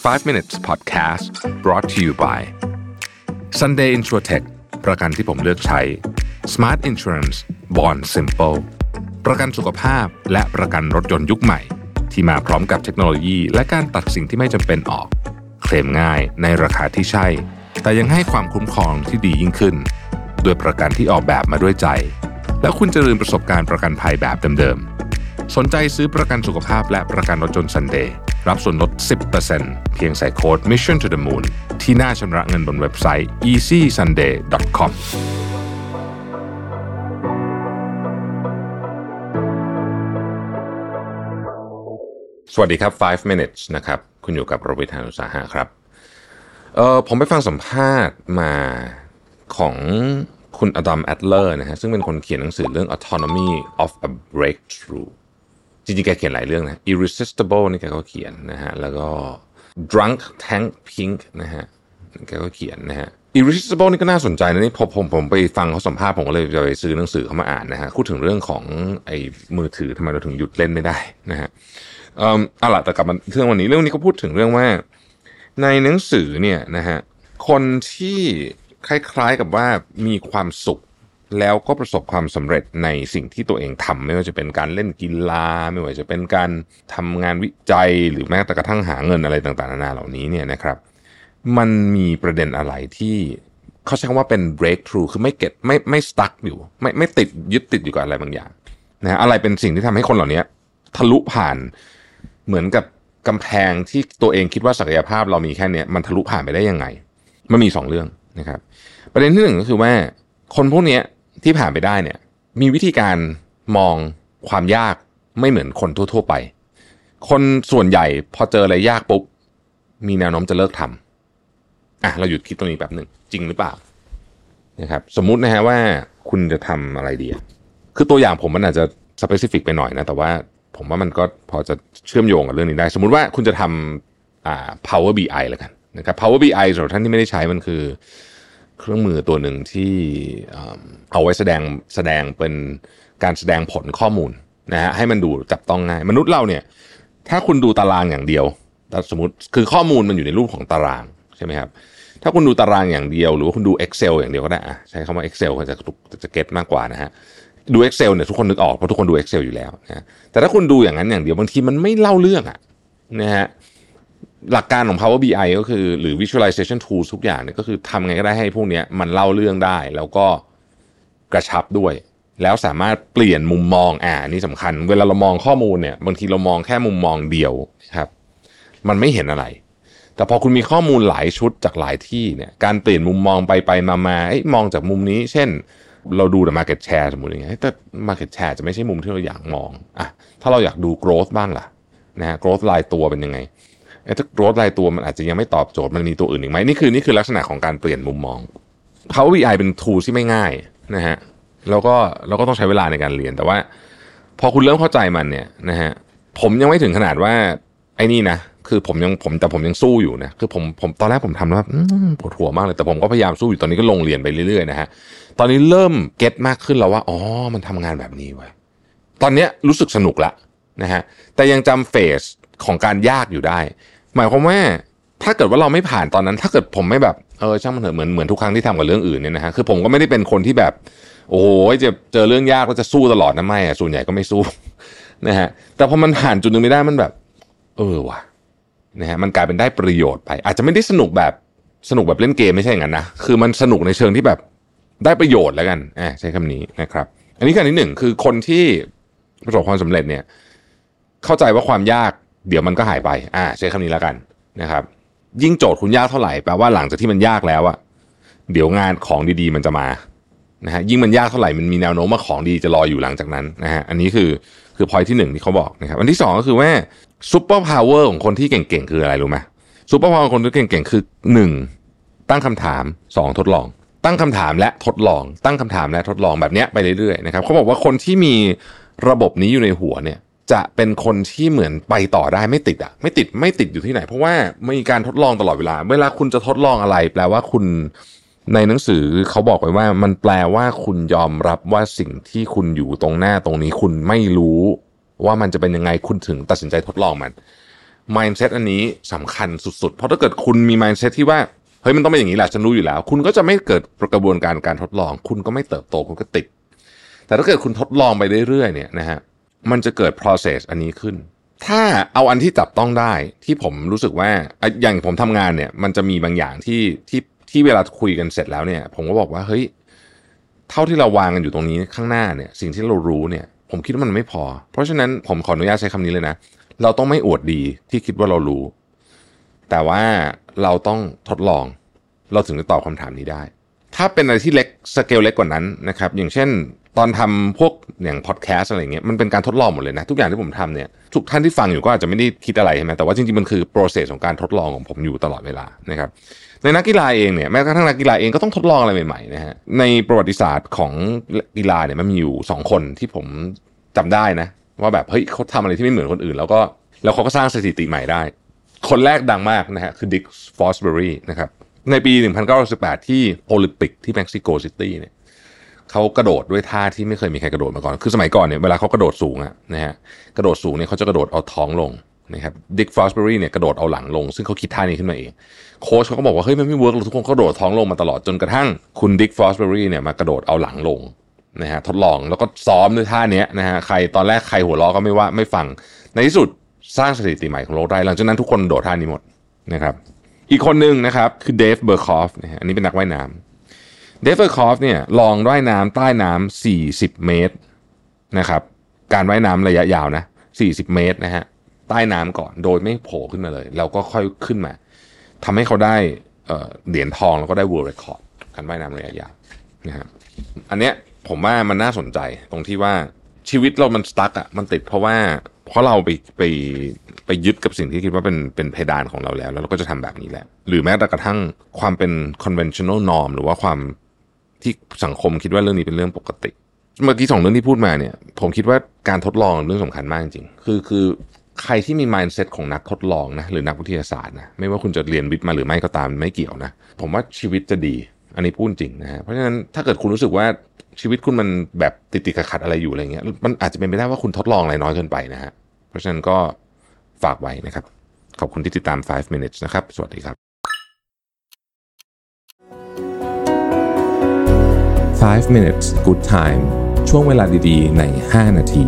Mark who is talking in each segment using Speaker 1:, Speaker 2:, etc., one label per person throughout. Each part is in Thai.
Speaker 1: 5 minutes podcast brought to you by Sunday Insurtech ประกันที่ผมเลือกใช้ Smart Insurance Bond Simple ประกันสุขภาพและประกันรถยนต์ยุคใหม่ที่มาพร้อมกับเทคโนโลยีและการตัดสิ่งที่ไม่จำเป็นออกเคลมง่ายในราคาที่ใช่แต่ยังให้ความคุ้มครองที่ดียิ่งขึ้นด้วยประกันที่ออกแบบมาด้วยใจแล้วคุณจะลืมประสบการณ์ประกันภัยแบบเดิมๆสนใจซื้อประกันสุขภาพและประกันรถยนต์ Sunday รับส่วนลด 10% เพียงใส่โค้ด Mission to the Moon ที่หน้าชำระเงินบนเว็บไซต์ easysunday.com สวัสดีครับ5 minutes นะครับคุณอยู่กับโรบิน หาญอุตสาหะครับผมไปฟังสัมภาษณ์มาของคุณอดัม แอดเลอร์นะฮะซึ่งเป็นคนเขียนหนังสือเรื่อง Autonomy of a Breakthrough จริงๆแกเขียนหลายเรื่องนะ Irresistible นี่แกก็เขียนนะฮะแล้วก็ Drunk Tank Pink นะฮะแกก็เขียนนะฮะ Irresistible นี่ก็น่าสนใจนะนี่ผมไปฟังเขาสัมภาษณ์ผมก็เลยจะไปซื้อหนังสือเขามาอ่านนะฮะพูดถึงเรื่องของไอ้มือถือทำไมเราถึงหยุดเล่นไม่ได้นะฮะล่ะแต่กลับมาเรื่องวันนี้เขาพูดถึงเรื่องว่าในหนังสือเนี่ยนะฮะคนที่คล้ายๆกับว่ามีความสุขแล้วก็ประสบความสำเร็จในสิ่งที่ตัวเองทำไม่ว่าจะเป็นการเล่นกีฬาไม่ว่าจะเป็นการทำงานวิจัยหรือแม้แต่กระทั่งหาเงินอะไรต่างๆนานาเหล่านี้เนี่ยนะครับมันมีประเด็นอะไรที่เขาใช้คำว่าเป็น breakthrough คือไม่ stuck อยู่ไม่ติดยึดติดอยู่กับอะไรบางอย่างนะฮะอะไรเป็นสิ่งที่ทำให้คนเหล่านี้ทะลุผ่านเหมือนกับกำแพงที่ตัวเองคิดว่าศักยภาพเรามีแค่นี้มันทะลุผ่านไปได้ยังไงมันมี2เรื่องนะครับประเด็นที่1ก็คือว่าคนพวกนี้ที่ผ่านไปได้เนี่ยมีวิธีการมองความยากไม่เหมือนคนทั่วๆไปคนส่วนใหญ่พอเจออะไรยากปุ๊บมีแนวโน้มจะเลิกทำเราหยุดคิดตรงนี้แบบหนึ่งจริงหรือเปล่านะครับสมมุตินะฮะว่าคุณจะทำอะไรดีคือตัวอย่างผมมันอาจจะสเปซิฟิกไปหน่อยนะแต่ว่าผมว่ามันก็พอจะเชื่อมโยงกับเรื่องนี้ได้สมมุติว่าคุณจะทำPower BI แล้วกันนะครับ Power BI สำหรับท่านที่ไม่ได้ใช้มันคือเครื่องมือตัวหนึ่งที่เอาไว้แสดงเป็นการแสดงผลข้อมูลนะฮะให้มันดูจับต้องง่ายมนุษย์เราเนี่ยถ้าคุณดูตารางอย่างเดียวสมมติคือข้อมูลมันอยู่ในรูปของตารางใช่ไหมครับถ้าคุณดูตารางอย่างเดียวหรือว่าคุณดู Excel อย่างเดียวก็ได้ใช้คำว่า Excel ก็จะเก็ตมากกว่านะฮะดู Excel เนี่ยทุกคนนึกออกเพราะทุกคนดู Excel อยู่แล้วนะแต่ถ้าคุณดูอย่างนั้นอย่างเดียวบางทีมันไม่เล่าเรื่องนะฮะหลักการของ Power BI ก็คือหรือ Visualization Tools ทุกอย่างเนี่ยก็คือทำไงก็ได้ให้พวกนี้มันเล่าเรื่องได้แล้วก็กระชับด้วยแล้วสามารถเปลี่ยนมุมมองนี่สำคัญเวลาเรามองข้อมูลเนี่ยบางทีเรามองแค่มุมมองเดียวครับมันไม่เห็นอะไรแต่พอคุณมีข้อมูลหลายชุดจากหลายที่เนี่ยการเปลี่ยนมุมมองไปมามองจากมุมนี้เช่นเราดูแต่ market share สมมุติอย่างเงี้ยแต่ market share จะไม่ใช่มุมที่เราอยากมองถ้าเราอยากดู growth บ้างล่ะนะฮะ growth รายตัวเป็นยังไงถ้า growth รายตัวมันอาจจะยังไม่ตอบโจทย์มันมีตัวอื่นอีกไหมนี่คือลักษณะของการเปลี่ยนมุมมอง Power BI เป็น tool ที่ไม่ง่ายนะฮะเราก็ต้องใช้เวลาในการเรียนแต่ว่าพอคุณเริ่มเข้าใจมันเนี่ยนะฮะผมยังไม่ถึงขนาดว่าไอ้นี่นะคือผมยังสู้อยู่นะคือผมตอนแรกผมทำแล้วปวดหัวมากเลยแต่ผมก็พยายามสู้อยู่ตอนนี้ก็ลงเรียนไปเรื่อยๆนะฮะตอนนี้เริ่มเก็ตมากขึ้นแล้วว่ามันทำงานแบบนี้ไว้ตอนนี้รู้สึกสนุกละนะฮะแต่ยังจำเฟสของการยากอยู่ได้หมายความว่าถ้าเกิดว่าเราไม่ผ่านตอนนั้นถ้าเกิดผมไม่แบบช่างมันเถอะเหมือนทุกครั้งที่ทำกับเรื่องอื่นเนี่ยนะฮะคือผมก็ไม่ได้เป็นคนที่แบบโอ้โหจะเจอเรื่องยากแล้วจะสู้ตลอดนะไม่ส่วนใหญ่ก็ไม่สู้นะฮะแต่พอมันผ่านจุดนึงไม่ได้มันแบบว่ะนะฮะมันกลายเป็นได้ประโยชน์ไปอาจจะไม่ได้สนุกแบบเล่นเกมไม่ใช่อย่างนั้นนะคือมันสนุกในเชิงที่แบบได้ประโยชน์แล้วกันใช้คำนี้นะครับอันนี้คืออันที่1คือคนที่ประสบความสำเร็จเนี่ยเข้าใจว่าความยากเดี๋ยวมันก็หายไปใช้คำนี้แล้วกันนะครับยิ่งโจทย์คุณยากเท่าไหร่แปลว่าหลังจากที่มันยากแล้วเดี๋ยวงานของดีๆมันจะมานะฮะยิ่งมันยากเท่าไหร่มันมีแนวโน้มว่าของดีจะรออยู่หลังจากนั้นนะฮะอันนี้คือ point ที่1ที่เขาบอกนะครับอันที่2ก็คือว่าซุปเปอร์พาวเวอร์ของคนที่เก่งๆคืออะไรรู้ไหมซุปเปอร์พาวเวอร์ของคนที่เก่งๆคือ1ตั้งคำถาม2ทดลองตั้งคำถามและทดลองตั้งคำถามและทดลองแบบนี้ไปเรื่อยๆนะครับเขาบอกว่าคนที่มีระบบนี้อยู่ในหัวเนี่ยจะเป็นคนที่เหมือนไปต่อได้ไม่ติดอยู่ที่ไหนเพราะว่ามีการทดลองตลอดเวลาคุณจะทดลองอะไรแปลว่าคุณในหนังสือเขาบอกไว้ว่ามันแปลว่าคุณยอมรับว่าสิ่งที่คุณอยู่ตรงหน้าตรงนี้คุณไม่รู้ว่ามันจะเป็นยังไงคุณถึงตัดสินใจทดลองมัน mindset อันนี้สำคัญสุดๆเพราะถ้าเกิดคุณมี mindset ที่ว่าเฮ้ยมันต้องเป็นอย่างนี้แหละฉันรู้อยู่แล้วคุณก็จะไม่เกิดกระบวนการทดลองคุณก็ไม่เติบโตคุณก็ติดแต่ถ้าเกิดคุณทดลองไปเรื่อยๆเนี่ยนะฮะมันจะเกิด process อันนี้ขึ้นถ้าเอาอันที่จับต้องได้ที่ผมรู้สึกว่าอย่างผมทำงานเนี่ยมันจะมีบางอย่างที่เวลาคุยกันเสร็จแล้วเนี่ยผมก็บอกว่าเฮ้ยเท่าที่เราวางกันอยู่ตรงนี้ข้างหน้าเนี่ยสิ่งที่เรารู้เนี่ยผมคิดว่ามันไม่พอเพราะฉะนั้นผมขออนุญาตใช้คำนี้เลยนะเราต้องไม่อวดดีที่คิดว่าเรารู้แต่ว่าเราต้องทดลองเราถึงจะตอบคำถามนี้ได้ถ้าเป็นอะไรที่เล็กสเกลเล็กกว่านั้นนะครับอย่างเช่นตอนทำพวกอย่างพอดแคสต์อะไรเงี้ยมันเป็นการทดลองหมดเลยนะทุกอย่างที่ผมทำเนี่ยทุกท่านที่ฟังอยู่ก็อาจจะไม่ได้คิดอะไรใช่ไหมแต่ว่าจริงๆมันคือ process ของการทดลองของผมอยู่ตลอดเวลานะครับในนักกีฬาเองเนี่ยแม้กระทั่งนักกีฬาเองก็ต้องทดลองอะไรใหม่ๆนะฮะในประวัติศาสตร์ของกีฬาเนี่ยมันมีอยู่2คนที่ผมจำได้นะว่าแบบเฮ้ยเขาทำอะไรที่ไม่เหมือนคนอื่นแล้วเขาก็สร้างสถิติใหม่ได้คนแรกดังมากนะฮะคือดิกฟอสเบอรีนะครับในปี1918ที่โอลิมปิกที่เม็กซิโกซิตี้เนี่ยเขากระโดดด้วยท่าที่ไม่เคยมีใครกระโดดมาก่อนคือสมัยก่อนเนี่ยเวลาเขากระโดดสูงอะนะฮะกระโดดสูงเนี่ยเขาจะกระโดดเอาท้องลงนะครับดิกฟอสเบอรีเนี่ยกระโดดเอาหลังลงซึ่งเขาคิดท่านี้ขึ้นมาเองโค้ชเขาก็บอกว่าเฮ้ยมันไม่เวิร์กทุกคนกระโดดท้องลงมาตลอดจนกระทั่งคุณดิกฟอสเบอรีเนี่ยมากระโดดเอาหลังลงนะฮะทดลองแล้วก็ซ้อมด้วยท่านี้นะฮะใครตอนแรกใครหัวเราะก็ไม่ฟังในที่สุดสร้างสถิติใหม่ของโลกได้หลังจากนั้นทุกคนโดดท่านี้หมดนะครับอีกคนหนึ่งนะครับคือเดฟเบอร์คอฟนะฮะอันนี้เป็นนักว่ายน้ำเดฟเบอร์คอฟเนี่ยลองว่ายน้ำใต้น้ำ40เมตรนะครับการว่ายน้ำระยะยาวนะ40เมตรนะฮะใต้น้ำก่อนโดยไม่โผล่ขึ้นมาเลยแล้วก็ค่อยขึ้นมาทำให้เขาได้เหรียญทองแล้วก็ได้ World Record การว่ายน้ำระยะยาวนะฮะอันเนี้ยผมว่ามันน่าสนใจตรงที่ว่าชีวิตเรามันสตั๊กอ่ะมันติดเพราะเราไปยึดกับสิ่งที่คิดว่าเป็นเพดานของเราแล้วเราก็จะทำแบบนี้แหละหรือแม้แต่กระทั่งความเป็น conventional norm หรือว่าความที่สังคมคิดว่าเรื่องนี้เป็นเรื่องปกติเมื่อกี้2เรื่องที่พูดมาเนี่ยผมคิดว่าการทดลองเรื่องสำคัญมากจริงคือใครที่มี mindset ของนักทดลองนะหรือนักวิทยาศาสตร์นะไม่ว่าคุณจะเรียนวิทย์มาหรือไม่ก็ตามไม่เกี่ยวนะผมว่าชีวิตจะดีอันนี้พูดจริงนะฮะเพราะฉะนั้นถ้าเกิดคุณรู้สึกว่าชีวิตคุณมันแบบติดขัดอะไรอยู่อะไรเงี้ยมันอาจจะเป็นไปได้ว่าคุณทดลองอะไรน้อยเกินไปนะฮะเพราะฉะนั้นก็ฝากไว้นะครับขอบคุณที่ติดตาม5 minutes นะครับสวัสดีครับ5 minutes good time ช่วงเวลาดีๆใน5นาที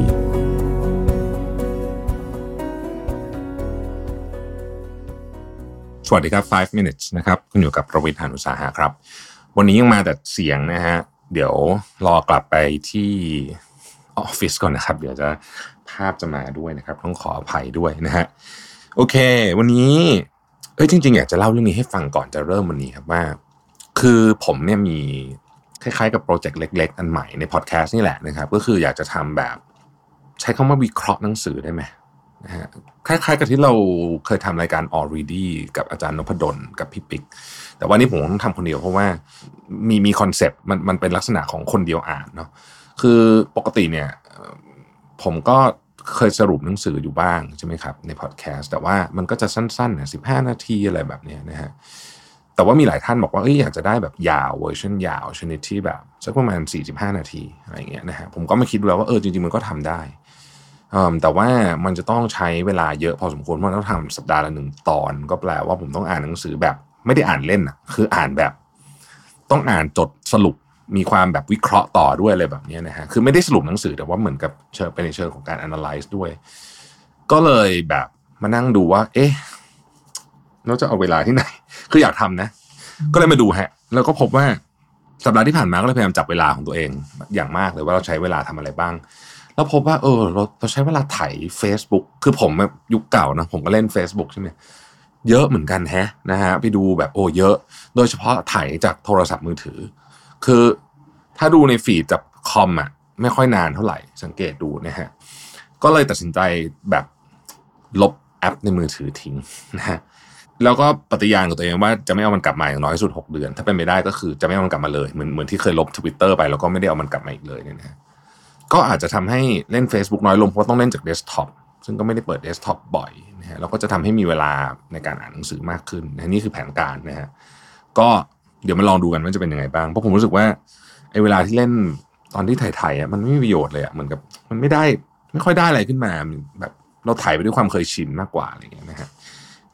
Speaker 1: สวัสดีครับ5 minutes นะครับคุณอยู่กับประวิทย์ หาญอุตสาหะครับวันนี้ยังมาแต่เสียงนะฮะเดี๋ยวรอกลับไปที่ออฟฟิศก่อนนะครับเดี๋ยวจะภาพจะมาด้วยนะครับต้องขออภัยด้วยนะฮะโอเควันนี้จริงๆอยากจะเล่าเรื่องนี้ให้ฟังก่อนจะเริ่มวันนี้ครับว่าคือผมเนี่ยมีคล้ายๆกับโปรเจกต์เล็กๆอันใหม่ในพอดแคสต์นี่แหละนะครับก็คืออยากจะทำแบบใช้คำว่าวิเคราะห์หนังสือได้ไหมนะฮะคล้ายๆกับที่เราเคยทำรายการ Already กับอาจารย์นพดลกับพี่ปิ๊กแต่ว่านี่ผมต้องทำคนเดียวเพราะว่ามีคอนเซปต์มันเป็นลักษณะของคนเดียวอ่านเนาะคือปกติเนี่ยผมก็เคยสรุปหนังสืออยู่บ้างใช่ไหมครับในพอดแคสต์แต่ว่ามันก็จะสั้นๆนะ15 นาทีอะไรแบบนี้นะฮะแต่ว่ามีหลายท่านบอกว่าอยากจะได้แบบยาวเวอร์ชันยาวชนิดที่แบบสักประมาณ45 นาทีอะไรอย่างเงี้ยนะฮะผมก็ไม่คิดแล้วว่าจริงๆมันก็ทำได้แต่ว่ามันจะต้องใช้เวลาเยอะพอสมควรเพราะต้องทำสัปดาห์ละ1 ตอนก็แปลว่าผมต้องอ่านหนังสือแบบไม่ได้อ่านเล่นอ่ะคืออ่านแบบต้องอ่านจดสรุปมีความแบบวิเคราะห์ต่อด้วยอะไรแบบนี้นะฮะคือไม่ได้สรุปหนังสือแต่ว่าเหมือนกับเชิงเป็นในเชิงของการ analyze ด้วยก็เลยแบบมานั่งดูว่าเราจะเอาเวลาที่ไหนคืออยากทำนะก็เลยมาดูฮะแล้วก็พบว่าสัปดาห์ที่ผ่านมาก็เลยพยายามจับเวลาของตัวเองอย่างมากเลยว่าเราใช้เวลาทำอะไรบ้างแล้วพบว่าเราใช้เวลาไถ Facebook คือผมยุคเก่านะผมก็เล่น Facebook ใช่ไหมเยอะเหมือนกันนะฮะไปดูแบบเยอะโดยเฉพาะไถจากโทรศัพท์มือถือคือถ้าดูในฟีดจากคอมไม่ค่อยนานเท่าไหร่สังเกตดูนะฮะก็เลยตัดสินใจแบบลบแอปในมือถือทิ้งนะฮะแล้วก็ปฏิญาณกับตัวเองว่าจะไม่เอามันกลับมาอย่างน้อยสุด6 เดือนถ้าเป็นไปได้ก็คือจะไม่เอามันกลับมาเลยเหมือนที่เคยลบ Twitter ไปแล้วก็ไม่ได้เอามันกลับมาอีกเลยเนี่ยนะก็อาจจะทำให้เล่น Facebook น้อยลงเพราะต้องเล่นจากเดสก์ท็อปซึ่งก็ไม่ได้เปิดเดสก์ท็อปบ่อยนะฮะแล้วก็จะทำให้มีเวลาในการอ่านหนังสือมากขึ้นนะนี่คือแผนการนะฮะก็เดี๋ยวมาลองดูกันว่าจะเป็นยังไงบ้างเพราะผมรู้สึกว่าไอ้เวลาที่เล่นตอนที่ถ่ายมันไม่มีประโยชน์เลยเหมือนกับมันไม่ค่อยได้อะไรขึ้นมาแบบเราถ่ายไปด้วยความเคยชินมากกว่าอะไรอย่างเงี้ยนะฮะ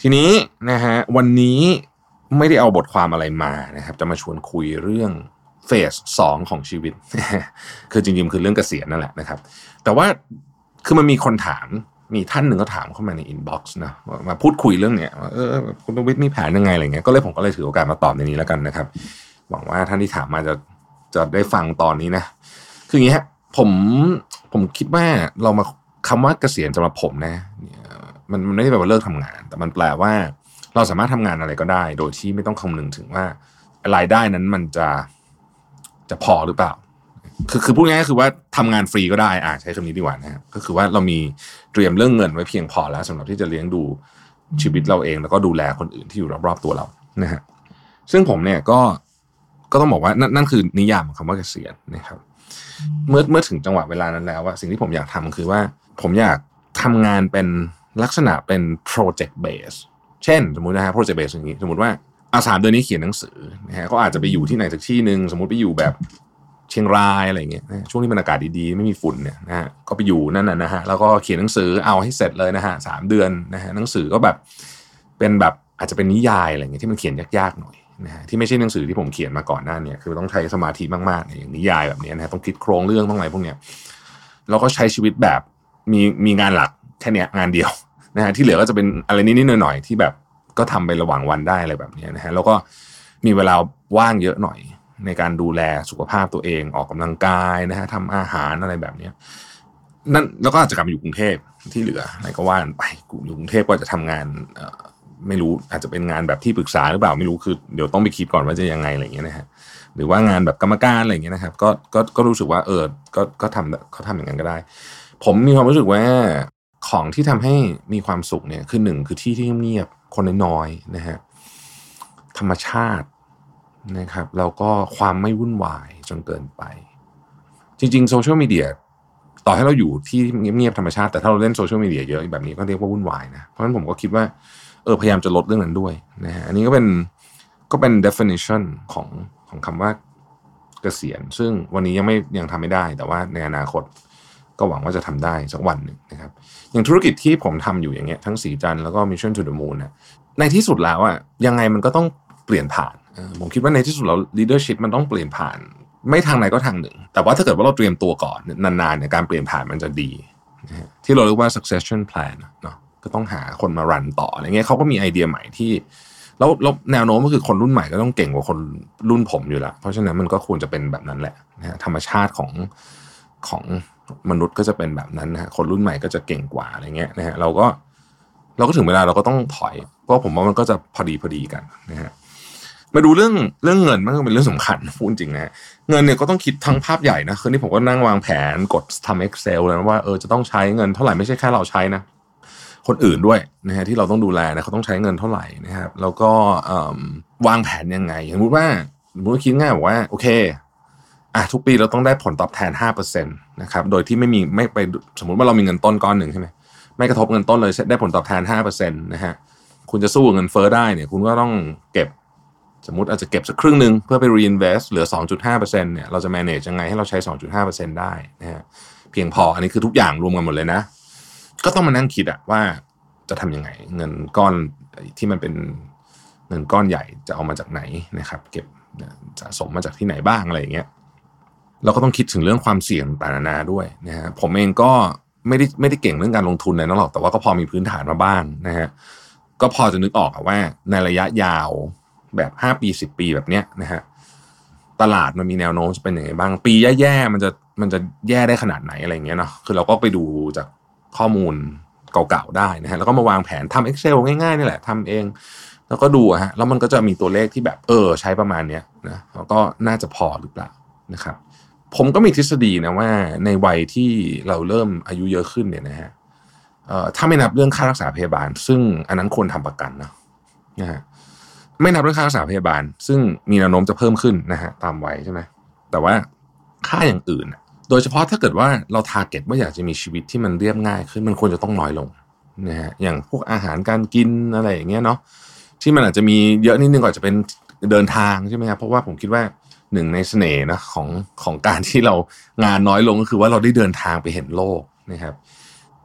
Speaker 1: ทีนี้นะฮะวันนี้ไม่ได้เอาบทความอะไรมานะครับจะมาชวนคุยเรื่องเฟส2ของชีวิต คือจริงๆคือเรื่องเกษียณนั่นแหละนะครับแต่ว่าคือมันมีคนถามมีท่านหนึ่งก็ถามเข้ามาในอินบ็อกซ์นะมาพูดคุยเรื่องเนี้ยว่าคุณประวิตรมีแผนยังไงอะไรเงี้ยผมก็เลยถือโอกาสมาตอบในนี้แล้วกันนะครับหวังว่าท่านที่ถามมาจะได้ฟังตอนนี้นะคืออย่างนี้ฮะผมคิดว่าเรามาคำว่าเกษียณสำหรับผมนะมันไม่ได้แปลว่าเลิกทำงานแต่มันแปลว่าเราสามารถทำงานอะไรก็ได้โดยที่ไม่ต้องคำนึงถึงว่ารายได้นั้นมันจะพอหรือเปล่าคือพูดง่ายๆคือว่าทำงานฟรีก็ได้ใช้คำนี้ดีกว่านะก็คือว่าเรามีเตรียมเรื่องเงินไว้เพียงพอแล้วสำหรับที่จะเลี้ยงดูชีวิตเราเองแล้วก็ดูแลคนอื่นที่อยู่รอบๆตัวเรานะฮะซึ่งผมเนี่ยก็ต้องบอกว่านั่นคือนิยามของคำว่าเกษียณนะครับเมื่อถึงจังหวะเวลานั้นแล้วว่าสิ่งที่ผมอยากทำคือว่าผมอยากทำงานเป็นลักษณะเป็น project base เช่นสมมุตินะฮะ project base อย่างนี้สมมุติว่า3 เดือนนี้เขียนหนังสือนะฮะก็อาจจะไปอยู่ที่ไหนสักที่นึงสมมุติไปอยู่แบบเชียงรายอะไรอย่างเงี้ยช่วงที่มันอากาศดีๆไม่มีฝุ่นเนี่ยนะฮะก็ไปอยู่นั่นนะฮะแล้วก็เขียนหนังสือเอาให้เสร็จเลยนะฮะ3 เดือนนะฮะหนังสือก็แบบเป็นแบบอาจจะเป็นนิยายอะไรอย่างเงี้ยที่มันเขียนยากๆหน่อยนะฮะที่ไม่ใช่หนังสือที่ผมเขียนมาก่อนหน้าเนี่ยคือต้องใช้สมาธิมากๆอย่างนิยายแบบนี้นะฮะต้องคิดโครงเรื่องต้องอะไรพวกเนี้ยเราก็ใช้ชีวิตแบบมีงานหลักแค่เนี้ยงานเดียวนะฮะที่เหลือก็จะเป็นอะไรนิดๆหน่อยๆที่แบบก็ทำไประหว่างวันได้อะไรแบบนี้นะฮะแล้วก็มีเวลาว่างเยอะหน่อยในการดูแลสุขภาพตัวเองออกกำลังกายนะฮะทำอาหารอะไรแบบนี้นั่นแล้วก็อาจจะกลับมาอยู่กรุงเทพที่เหลืออะไรก็ว่านไปอยู่กรุงเทพก็จะทำงานไม่รู้อาจจะเป็นงานแบบที่ปรึกษาหรือเปล่าไม่รู้คือเดี๋ยวต้องไปคิดก่อนว่าจะยังไงอะไรอย่างเงี้ยนะฮะหรือว่างานแบบกรรมการอะไรอย่างเงี้ยนะครับก็รู้สึกว่าก็ทำเขาทำอย่างนั้นก็ได้ผมมีความรู้สึกว่าของที่ทำให้มีความสุขเนี่ยคือหนึ่งคือที่เงียบคนน้อยๆนะฮะธรรมชาตินะครับแล้วก็ความไม่วุ่นวายจนเกินไปจริงๆโซเชียลมีเดียต่อให้เราอยู่ที่เงียบๆธรรมชาติแต่ถ้าเราเล่นโซเชียลมีเดียเยอะแบบนี้ก็เรียกว่าวุ่นวายนะเพราะฉะนั้นผมก็คิดว่าพยายามจะลดเรื่องนั้นด้วยนะฮะอันนี้ก็เป็น definition ของคำว่าเกษียณซึ่งวันนี้ยังทำไม่ได้แต่ว่าในอนาคตก็หวังว่าจะทำได้สักวันหนึ่งนะครับอย่างธุรกิจที่ผมทำอยู่อย่างเงี้ยทั้งสีจันทร์แล้วก็ Mission to the Moon นะในที่สุดแล้วยังไงมันก็ต้องเปลี่ยนผ่านผมคิดว่าในที่สุดแล้ว leadership มันต้องเปลี่ยนผ่านไม่ทางไหนก็ทางหนึ่งแต่ว่าถ้าเกิดว่าเราเตรียมตัวก่อนนานๆเนี่ยการเปลี่ยนผ่านมันจะดีนะฮะที่เราเรียกว่า succession plan เนาะก็ต้องหาคนมารันต่ออะไรเงี้ยเขาก็มีไอเดียใหม่ที่แล้วแนวโน้มก็คือคนรุ่นใหม่ก็ต้องเก่งกว่าคนรุ่นผมอยู่แล้วเพราะฉะนั้นมันก็ควรจะเป็นแบบนั้นแหละนะฮะธรรมชาติของมนุษย์ก็จะเป็นแบบนั้นนะฮะคนรุ่นใหม่ก็จะเก่งกว่าอะไรเงี้ยนะฮะเราก็ถึงเวลาเราก็ต้องถอยเพราะผมว่ามันก็จะพอดีกันนะฮะมาดูเรื่องเงินมันก็เป็นเรื่องสำคัญพูดจริงนะเงินเนี่ยก็ต้องคิดทั้งภาพใหญ่นะคือนี่ผมก็นั่งวางแผนกดทำ Excel เลยว่าจะต้องใช้เงินเท่าไหร่ไม่ใช่แค่เราใช้นะคนอื่นด้วยนะฮะที่เราต้องดูแลนะเขาต้องใช้เงินเท่าไหร่นะครับแล้วก็วางแผนยังไงสมมติว่าคิดง่ายบอกว่าโอเคทุกปีเราต้องได้ผลตอบแทน 5% นะครับโดยที่ไม่ไปสมมุติว่าเรามีเงินต้นก้อนหนึ่งใช่ไหมไม่กระทบเงินต้นเลยได้ผลตอบแทน 5% นะฮะคุณจะสู้กับเงินเฟ้อได้เนี่ยคุณก็ต้องเก็บสมมุติอาจจะเก็บสักครึ่งนึงเพื่อไป reinvest เหลือ 2.5% เนี่ยเราจะ manage ยังไงให้เราใช้ 2.5% ได้นะฮะเพียงพออันนี้คือทุกอย่างรวมกันหมดเลยนะก็ต้องมานั่งคิดว่าจะทำยังไงเงินก้อนที่มันเป็นเงินก้อนใหญ่จะเอามาจากไหนนะครับเก็บสะสมมาจากที่ไหนบ้างอะไรอย่างเงี้ยเราก็ต้องคิดถึงเรื่องความเสี่ยงต่างๆนานาด้วยนะฮะผมเองก็ไม่ได้เก่งเรื่องการลงทุนเลยนะหรอกแต่ว่าก็พอมีพื้นฐานมาบ้างนะฮะก็พอจะนึกออกว่าในระยะยาวแบบ5 ปี10 ปีแบบเนี้ยนะฮะตลาดมันมีแนวโน้มจะเป็นยังไงบ้างปีแย่ๆมันจะแย่ได้ขนาดไหนอะไรอย่างเงี้ยเนาะคือเราก็ไปดูจากข้อมูลเก่าๆได้นะฮะแล้วก็มาวางแผนทำ Excel ง่ายๆนี่แหละทำเองแล้วก็ดูฮะแล้วมันก็จะมีตัวเลขที่แบบใช้ประมาณเนี้ยนะแล้วก็น่าจะพอหรือเปล่านะครับผมก็มีทฤษฎีนะว่าในวัยที่เราเริ่มอายุเยอะขึ้นเนี่ยนะฮะถ้าไม่นับเรื่องค่ารักษาพยาบาลซึ่งอันนั้นควรทำประกันนะฮะไม่นับเรื่องค่ารักษาพยาบาลซึ่งมีแนวโน้มจะเพิ่มขึ้นนะฮะตามวัยใช่ไหมแต่ว่าค่าอย่างอื่นโดยเฉพาะถ้าเกิดว่าเราทาร์เก็ตว่าอยากจะมีชีวิตที่มันเรียบง่ายขึ้นมันควรจะต้องน้อยลงนะฮะอย่างพวกอาหารการกินอะไรอย่างเงี้ยเนาะที่มันอาจจะมีเยอะนิดนึงก่อนจะเป็นเดินทางใช่ไหมครับเพราะว่าผมคิดว่าหนึ่งในเสน่ห์นะของการที่เรางานน้อยลงก็คือว่าเราได้เดินทางไปเห็นโลกนะครับ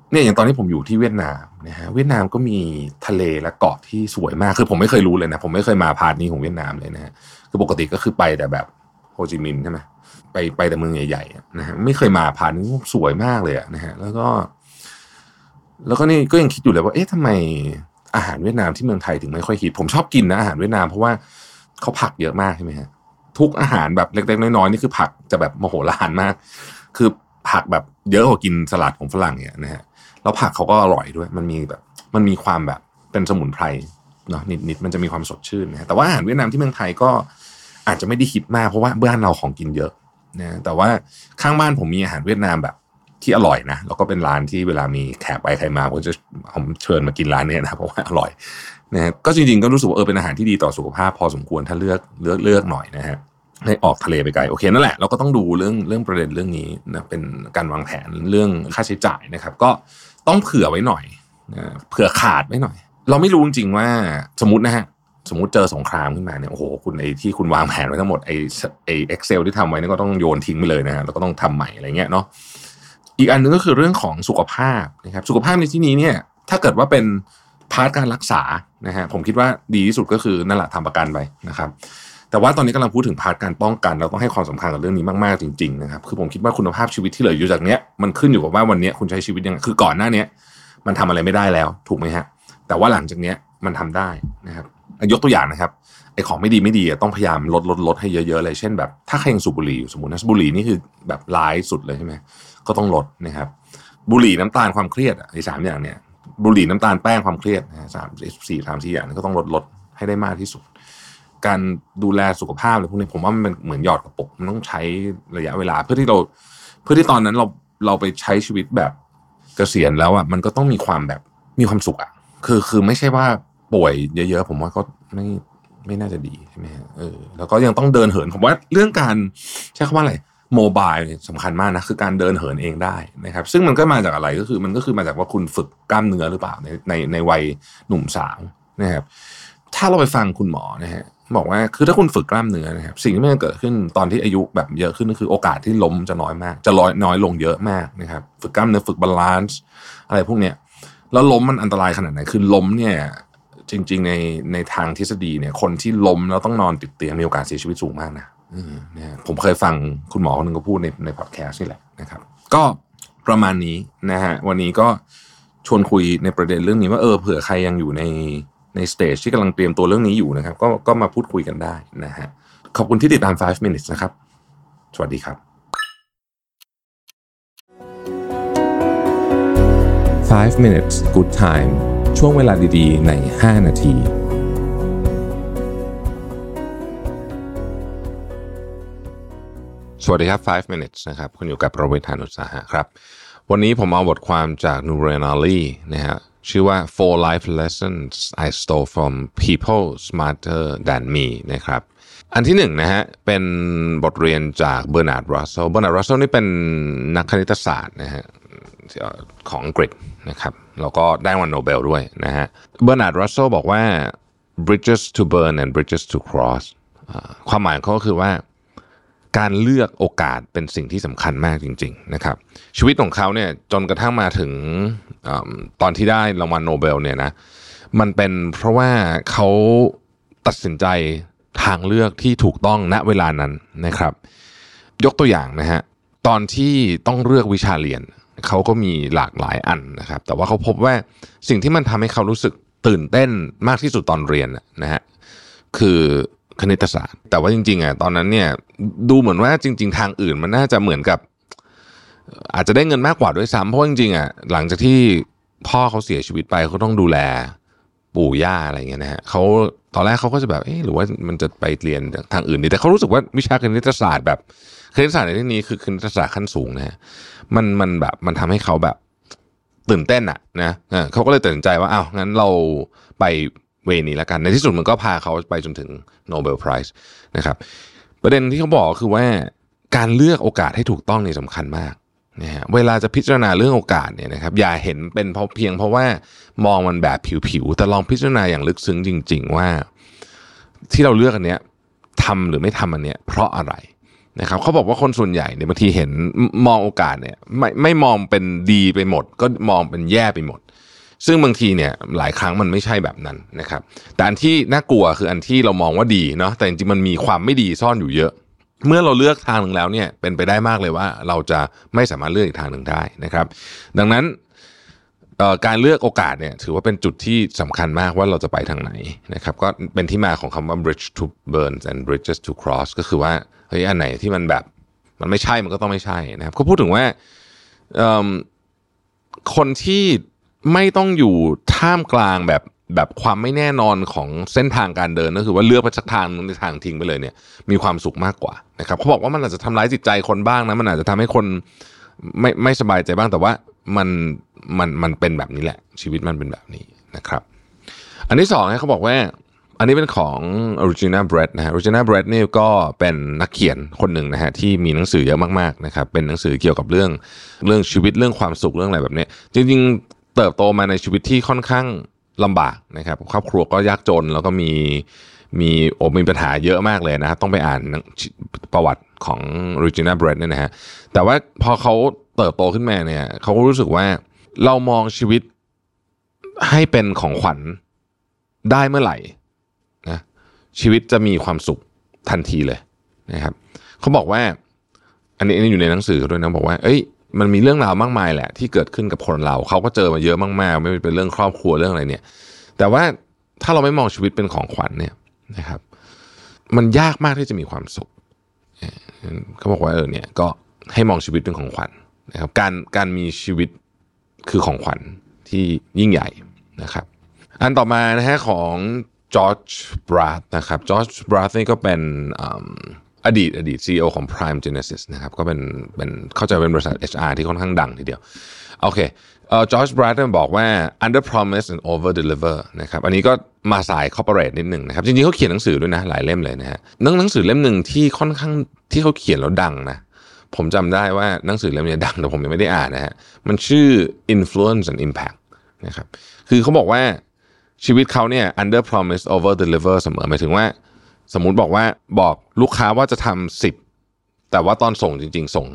Speaker 1: เนี่ยอย่างตอนที่ผมอยู่ที่เวียดนามนะฮะเวียดนามก็มีทะเลและเกาะที่สวยมากคือผมไม่เคยรู้เลยนะผมไม่เคยมาพาร์ทนี้ของเวียดนามเลยนะฮะคือปกติก็คือไปแต่แบบโฮจิมินห์ใช่ไหมไปแต่เมืองใหญ่ๆนะฮะไม่เคยมาพาร์ทนี้สวยมากเลยนะฮะแล้วก็นี่ก็ยังคิดอยู่เลยว่าเอ๊ะทำไมอาหารเวียดนามที่เมืองไทยถึงไม่ค่อยฮิตผมชอบกินนะอาหารเวียดนามเพราะว่าเขาผักเยอะมากใช่ไหมฮะทุกอาหารแบบเล็กๆน้อยๆนี่คือผักจะแบบมโหฬารมากคือผักแบบเยอะกว่ากินสลัดของฝรั่งเนี่ยนะฮะแล้วผักเขาก็อร่อยด้วยมันมีความแบบเป็นสมุนไพรเนาะนิดๆมันจะมีความสดชื่นนะแต่ว่าอาหารเวียดนามที่เมืองไทยก็อาจจะไม่ได้ฮิตมากเพราะว่าบ้านเราของกินเยอะนะแต่ว่าข้างบ้านผมมีอาหารเวียดนามแบบที่อร่อยนะแล้วก็เป็นร้านที่เวลามีแขกไปใครมาผมเชิญมากินร้านนี้นะเพราะว่าอร่อยนะฮะก็จริงๆก็รู้สึกว่าเป็นอาหารที่ดีต่อสุขภาพพอสมควรถ้าเลือกหน่อยนะฮะให้ออกทะเลไปไกลโอเคนั่นแหละเราก็ต้องดูเรื่องประเด็นเรื่องนี้นะเป็นการวางแผนเรื่องค่าใช้จ่ายนะครับก็ต้องเผื่อไว้หน่อยเผื่อขาดไว้หน่อยเราไม่รู้จริงๆว่าสมมตินะฮะสมมติเจอสงครามขึ้นมาเนี่ยโอ้โหคุณไอ้ที่คุณวางแผนไว้ทั้งหมดไอ้ Excel ที่ทำไว้นี่ก็ต้องโยนทิ้งไปเลยนะฮะแล้วก็ต้องทำใหม่อะไรเงี้ยเนาะอีกอันนึงก็คือเรื่องของสุขภาพนะครับสุขภาพในที่นี้เนี่ยถ้าเกิดว่าเป็นพาร์ทการรักษานะฮะผมคิดว่าดีที่สุดก็คือนั่นแหละทำประกันไปนะครับแต่ว่าตอนนี้กำลังพูดถึงพาร์ทการป้องกันเราต้องให้ความสำคัญกับเรื่องนี้มากๆจริงๆนะครับคือผมคิดว่าคุณภาพชีวิตที่เหลืออยู่จากเนี้ยมันขึ้นอยู่กับว่าวันนี้คุณใช้ชีวิตยังไงคือก่อนหน้านี้มันทำอะไรไม่ได้แล้วถูกไหมฮะแต่ว่าหลังจากเนี้ยมันทำได้นะครับยกตัวอย่างนะครับไอ้ของไม่ดีต้องพยายามลดให้เยอะๆเลยเช่นแบบถ้าใครยังสูบบุหรี่อยู่สมมตินะบุหรี่นี่คือแบบร้ายสุดเลยใช่ไหมก็ต้องลดนะครับบุหรี่น้ำตาลความเครียดไอ้3อย่างเนี่ยบุหรี่น้ำตาลแป้งความเครียดนะ3-4อย่างนี้ก็ต้องลดให้ได้มากที่สุดการดูแลสุขภาพอะไรพวกนี้ผมว่ามันเหมือนหยอดกระปุกมันต้องใช้ระยะเวลาเพื่อที่ตอนนั้นเราไปใช้ชีวิตแบบเกษียณแล้วอ่ะมันก็ต้องมีความสุขอ่ะคือไม่ใช่ว่าป่วยเยอะๆผมว่าก็ไม่น่าจะดีใช่ไหมแล้วก็ยังต้องเดินเหินผมว่าเรื่องการใช้คำว่าอะไรโมบายสำคัญมากนะคือการเดินเหินเองได้นะครับซึ่งมันก็มาจากอะไรก็คือมาจากว่าคุณฝึกกล้ามเนื้อหรือเปล่าในวัยหนุ่มสาวนะครับถ้าเราไปฟังคุณหมอนะฮะบอกว่าคือถ้าคุณฝึกกล้ามเนื้อนะครับสิ่งที่มันจะเกิดขึ้นตอนที่อายุแบบเยอะขึ้นก็คือโอกาสที่ล้มจะน้อยมากจะน้อยลงเยอะมากนะครับฝึกกล้ามเนื้อฝึกบาลานซ์อะไรพวกเนี้ยแล้วล้มมันอันตรายขนาดไหนคือล้มเนี่ยจริงๆในทางทฤษฎีเนี่ยคนที่ล้มแล้วต้องนอนติดเตียงมีโอกาสเสียชีวิตสูงมากนะเนี่ยผมเคยฟังคุณหมอคนหนึ่งก็พูดในพอดแคสต์นี่แหละนะครับก็ประมาณนี้นะฮะวันนี้ก็ชวนคุยในประเด็นเรื่องนี้ว่าเผื่อใครยังอยู่ในสเตจที่กำลังเตรียมตัวเรื่องนี้อยู่นะครับก็มาพูดคุยกันได้นะฮะขอบคุณที่ติดตาม5 minutes นะครับสวัสดีครับ5 minutes good time ช่วงเวลาดีๆใน5 นาทีสวัสดีครับ5 minutes นะครับคุณอยู่กับโรเบิร์ต หาญอุตสาหะครับวันนี้ผมเอาบทความจากนูเรนาลีนะฮะชื่อว่า Four Life Lessons I Stole from People Smarter Than Me นะครับอันที่หนึ่งนะฮะเป็นบทเรียนจากเบอร์นาร์ด รัสเซลนี่เป็นนักคณิตศาสตร์นะฮะของอังกฤษนะครับแล้วก็ได้รางวัลโนเบลด้วยนะฮะเบอร์นาร์ด รัสเซลบอกว่า bridges to burn and bridges to cross ความหมายเขาก็คือว่าการเลือกโอกาสเป็นสิ่งที่สำคัญมากจริงๆนะครับชีวิตของเขาเนี่ยจนกระทั่งมาถึงตอนที่ได้รางวัลโนเบลเนี่ยนะมันเป็นเพราะว่าเขาตัดสินใจทางเลือกที่ถูกต้องณเวลานั้นนะครับยกตัวอย่างนะฮะตอนที่ต้องเลือกวิชาเรียนเขาก็มีหลากหลายอันนะครับแต่ว่าเขาพบว่าสิ่งที่มันทำให้เขารู้สึกตื่นเต้นมากที่สุดตอนเรียนนะฮะคือคณิตศาสตร์แต่ว่าจริงๆตอนนั้นเนี่ยดูเหมือนว่าจริงๆทางอื่นมันน่าจะเหมือนกับอาจจะได้เงินมากกว่าด้วยซ้ำเพราะจริงๆหลังจากที่พ่อเขาเสียชีวิตไปเขาต้องดูแลปู่ย่าอะไรเงี้ยนะฮะเขาตอนแรกเขาก็จะแบบหรือว่ามันจะไปเรียนทางอื่นดีแต่เขารู้สึกว่าวิชาคณิตศาสตร์แบบคณิตศาสตร์ในที่นี้คือคณิตศาสตร์ขั้นสูงนะฮะมันแบบมันทำให้เขาแบบตื่นเต้นนะเขาก็เลยตัดสินใจว่างั้นเราไปเวนี้แล้วกันในที่สุดมันก็พาเขาไปจนถึงโนเบลไพรส์นะครับประเด็นที่เขาบอกคือว่าการเลือกโอกาสให้ถูกต้องนี่สำคัญมากนะฮะเวลาจะพิจารณาเรื่องโอกาสเนี่ยนะครับอย่าเห็นเป็นเพียงเพราะว่ามองมันแบบผิวๆแต่ลองพิจารณาอย่างลึกซึ้งจริงๆว่าที่เราเลือกอันเนี้ยทำหรือไม่ทำอันเนี้ยเพราะอะไรนะครับเขาบอกว่าคนส่วนใหญ่เนี่ยบางทีเห็นมองโอกาสเนี่ยไม่มองเป็นดีไปหมดก็มองเป็นแย่ไปหมดซึ่งบางทีเนี่ยหลายครั้งมันไม่ใช่แบบนั้นนะครับแต่อันที่น่ากลัวคืออันที่เรามองว่าดีเนาะแต่จริงๆมันมีความไม่ดีซ่อนอยู่เยอะเมื่อเราเลือกทางหนึ่งแล้วเนี่ยเป็นไปได้มากเลยว่าเราจะไม่สามารถเลือกอีกทางหนึ่งได้นะครับดังนั้นการเลือกโอกาสเนี่ยถือว่าเป็นจุดที่สำคัญมากว่าเราจะไปทางไหนนะครับก็เป็นที่มาของคำว่า bridge to burn and bridges to cross ก็คือว่าเฮ้ยอันไหนที่มันแบบมันไม่ใช่มันก็ต้องไม่ใช่นะครับก็พูดถึงว่าคนที่ไม่ต้องอยู่ท่ามกลางแบบความไม่แน่นอนของเส้นทางการเดินก็คือว่าเลือกไปสักทางนึงในทางทิ้งไปเลยเนี่ยมีความสุขมากกว่านะครับเขาบอกว่ามันอาจจะทำร้ายจิตใจคนบ้างนะมันอาจจะทำให้คนไม่สบายใจบ้างแต่ว่ามันเป็นแบบนี้แหละชีวิตมันเป็นแบบนี้นะครับอันที่สองเขาบอกว่าอันนี้เป็นของ Regina Brett นะฮะ Regina Brett นี่ก็เป็นนักเขียนคนหนึ่งนะฮะที่มีหนังสือเยอะมากๆนะครับเป็นหนังสือเกี่ยวกับเรื่องชีวิตเรื่องความสุขเรื่องอะไรแบบนี้จริงๆเติบโตมาในชีวิตที่ค่อนข้างลำบากนะครับครอบครัวก็ยากจนแล้วก็มีปัญหาเยอะมากเลยนะครับต้องไปอ่านประวัติของ Regina Brett เนี่ยนะฮะแต่ว่าพอเขาเติบโตขึ้นมาเนี่ยเขาก็รู้สึกว่าเรามองชีวิตให้เป็นของขวัญได้เมื่อไหร่นะชีวิตจะมีความสุขทันทีเลยนะครับเขาบอกว่าอันนี้อยู่ในหนังสือด้วยนะบอกว่ามันมีเรื่องราวมากมายแหละที่เกิดขึ้นกับคนเราเขาก็เจอมาเยอะมากๆไม่ว่าเป็นเรื่องครอบครัวเรื่องอะไรเนี่ยแต่ว่าถ้าเราไม่มองชีวิตเป็นของขวัญเนี่ยนะครับมันยากมากที่จะมีความสุขเขาบอกว่าเนี่ยก็ให้มองชีวิตเป็นของขวัญนะครับการมีชีวิตคือของขวัญที่ยิ่งใหญ่นะครับอันต่อมานะฮะของจอร์จบราธนะครับจอร์จบราธนี่ก็เป็นอดีต CEO ของ Prime Genesis นะครับก็เป็นเข้าใจเป็นบริษัท HR ที่ค่อนข้างดังทีเดียวโอเคจอร์จบราธบอกว่า under promise and over deliver นะครับอันนี้ก็มาสาย corporate นิดหนึ่งนะครับจริงๆเขาเขียนหนังสือด้วยนะหลายเล่มเลยนะฮะหนังสือเล่มหนึ่งที่ค่อนข้างที่เขาเขียนแล้วดังนะผมจำได้ว่าหนังสือเล่มนี้ดังแต่ผมยังไม่ได้อ่านนะฮะมันชื่อ influence and impact นะครับคือเขาบอกว่าชีวิตเขาเนี่ย under promise over deliver เสมอหมายถึงว่าสมมุติบอกลูกค้าว่าจะทำ10แต่ว่าตอนส่งจริงๆส่ง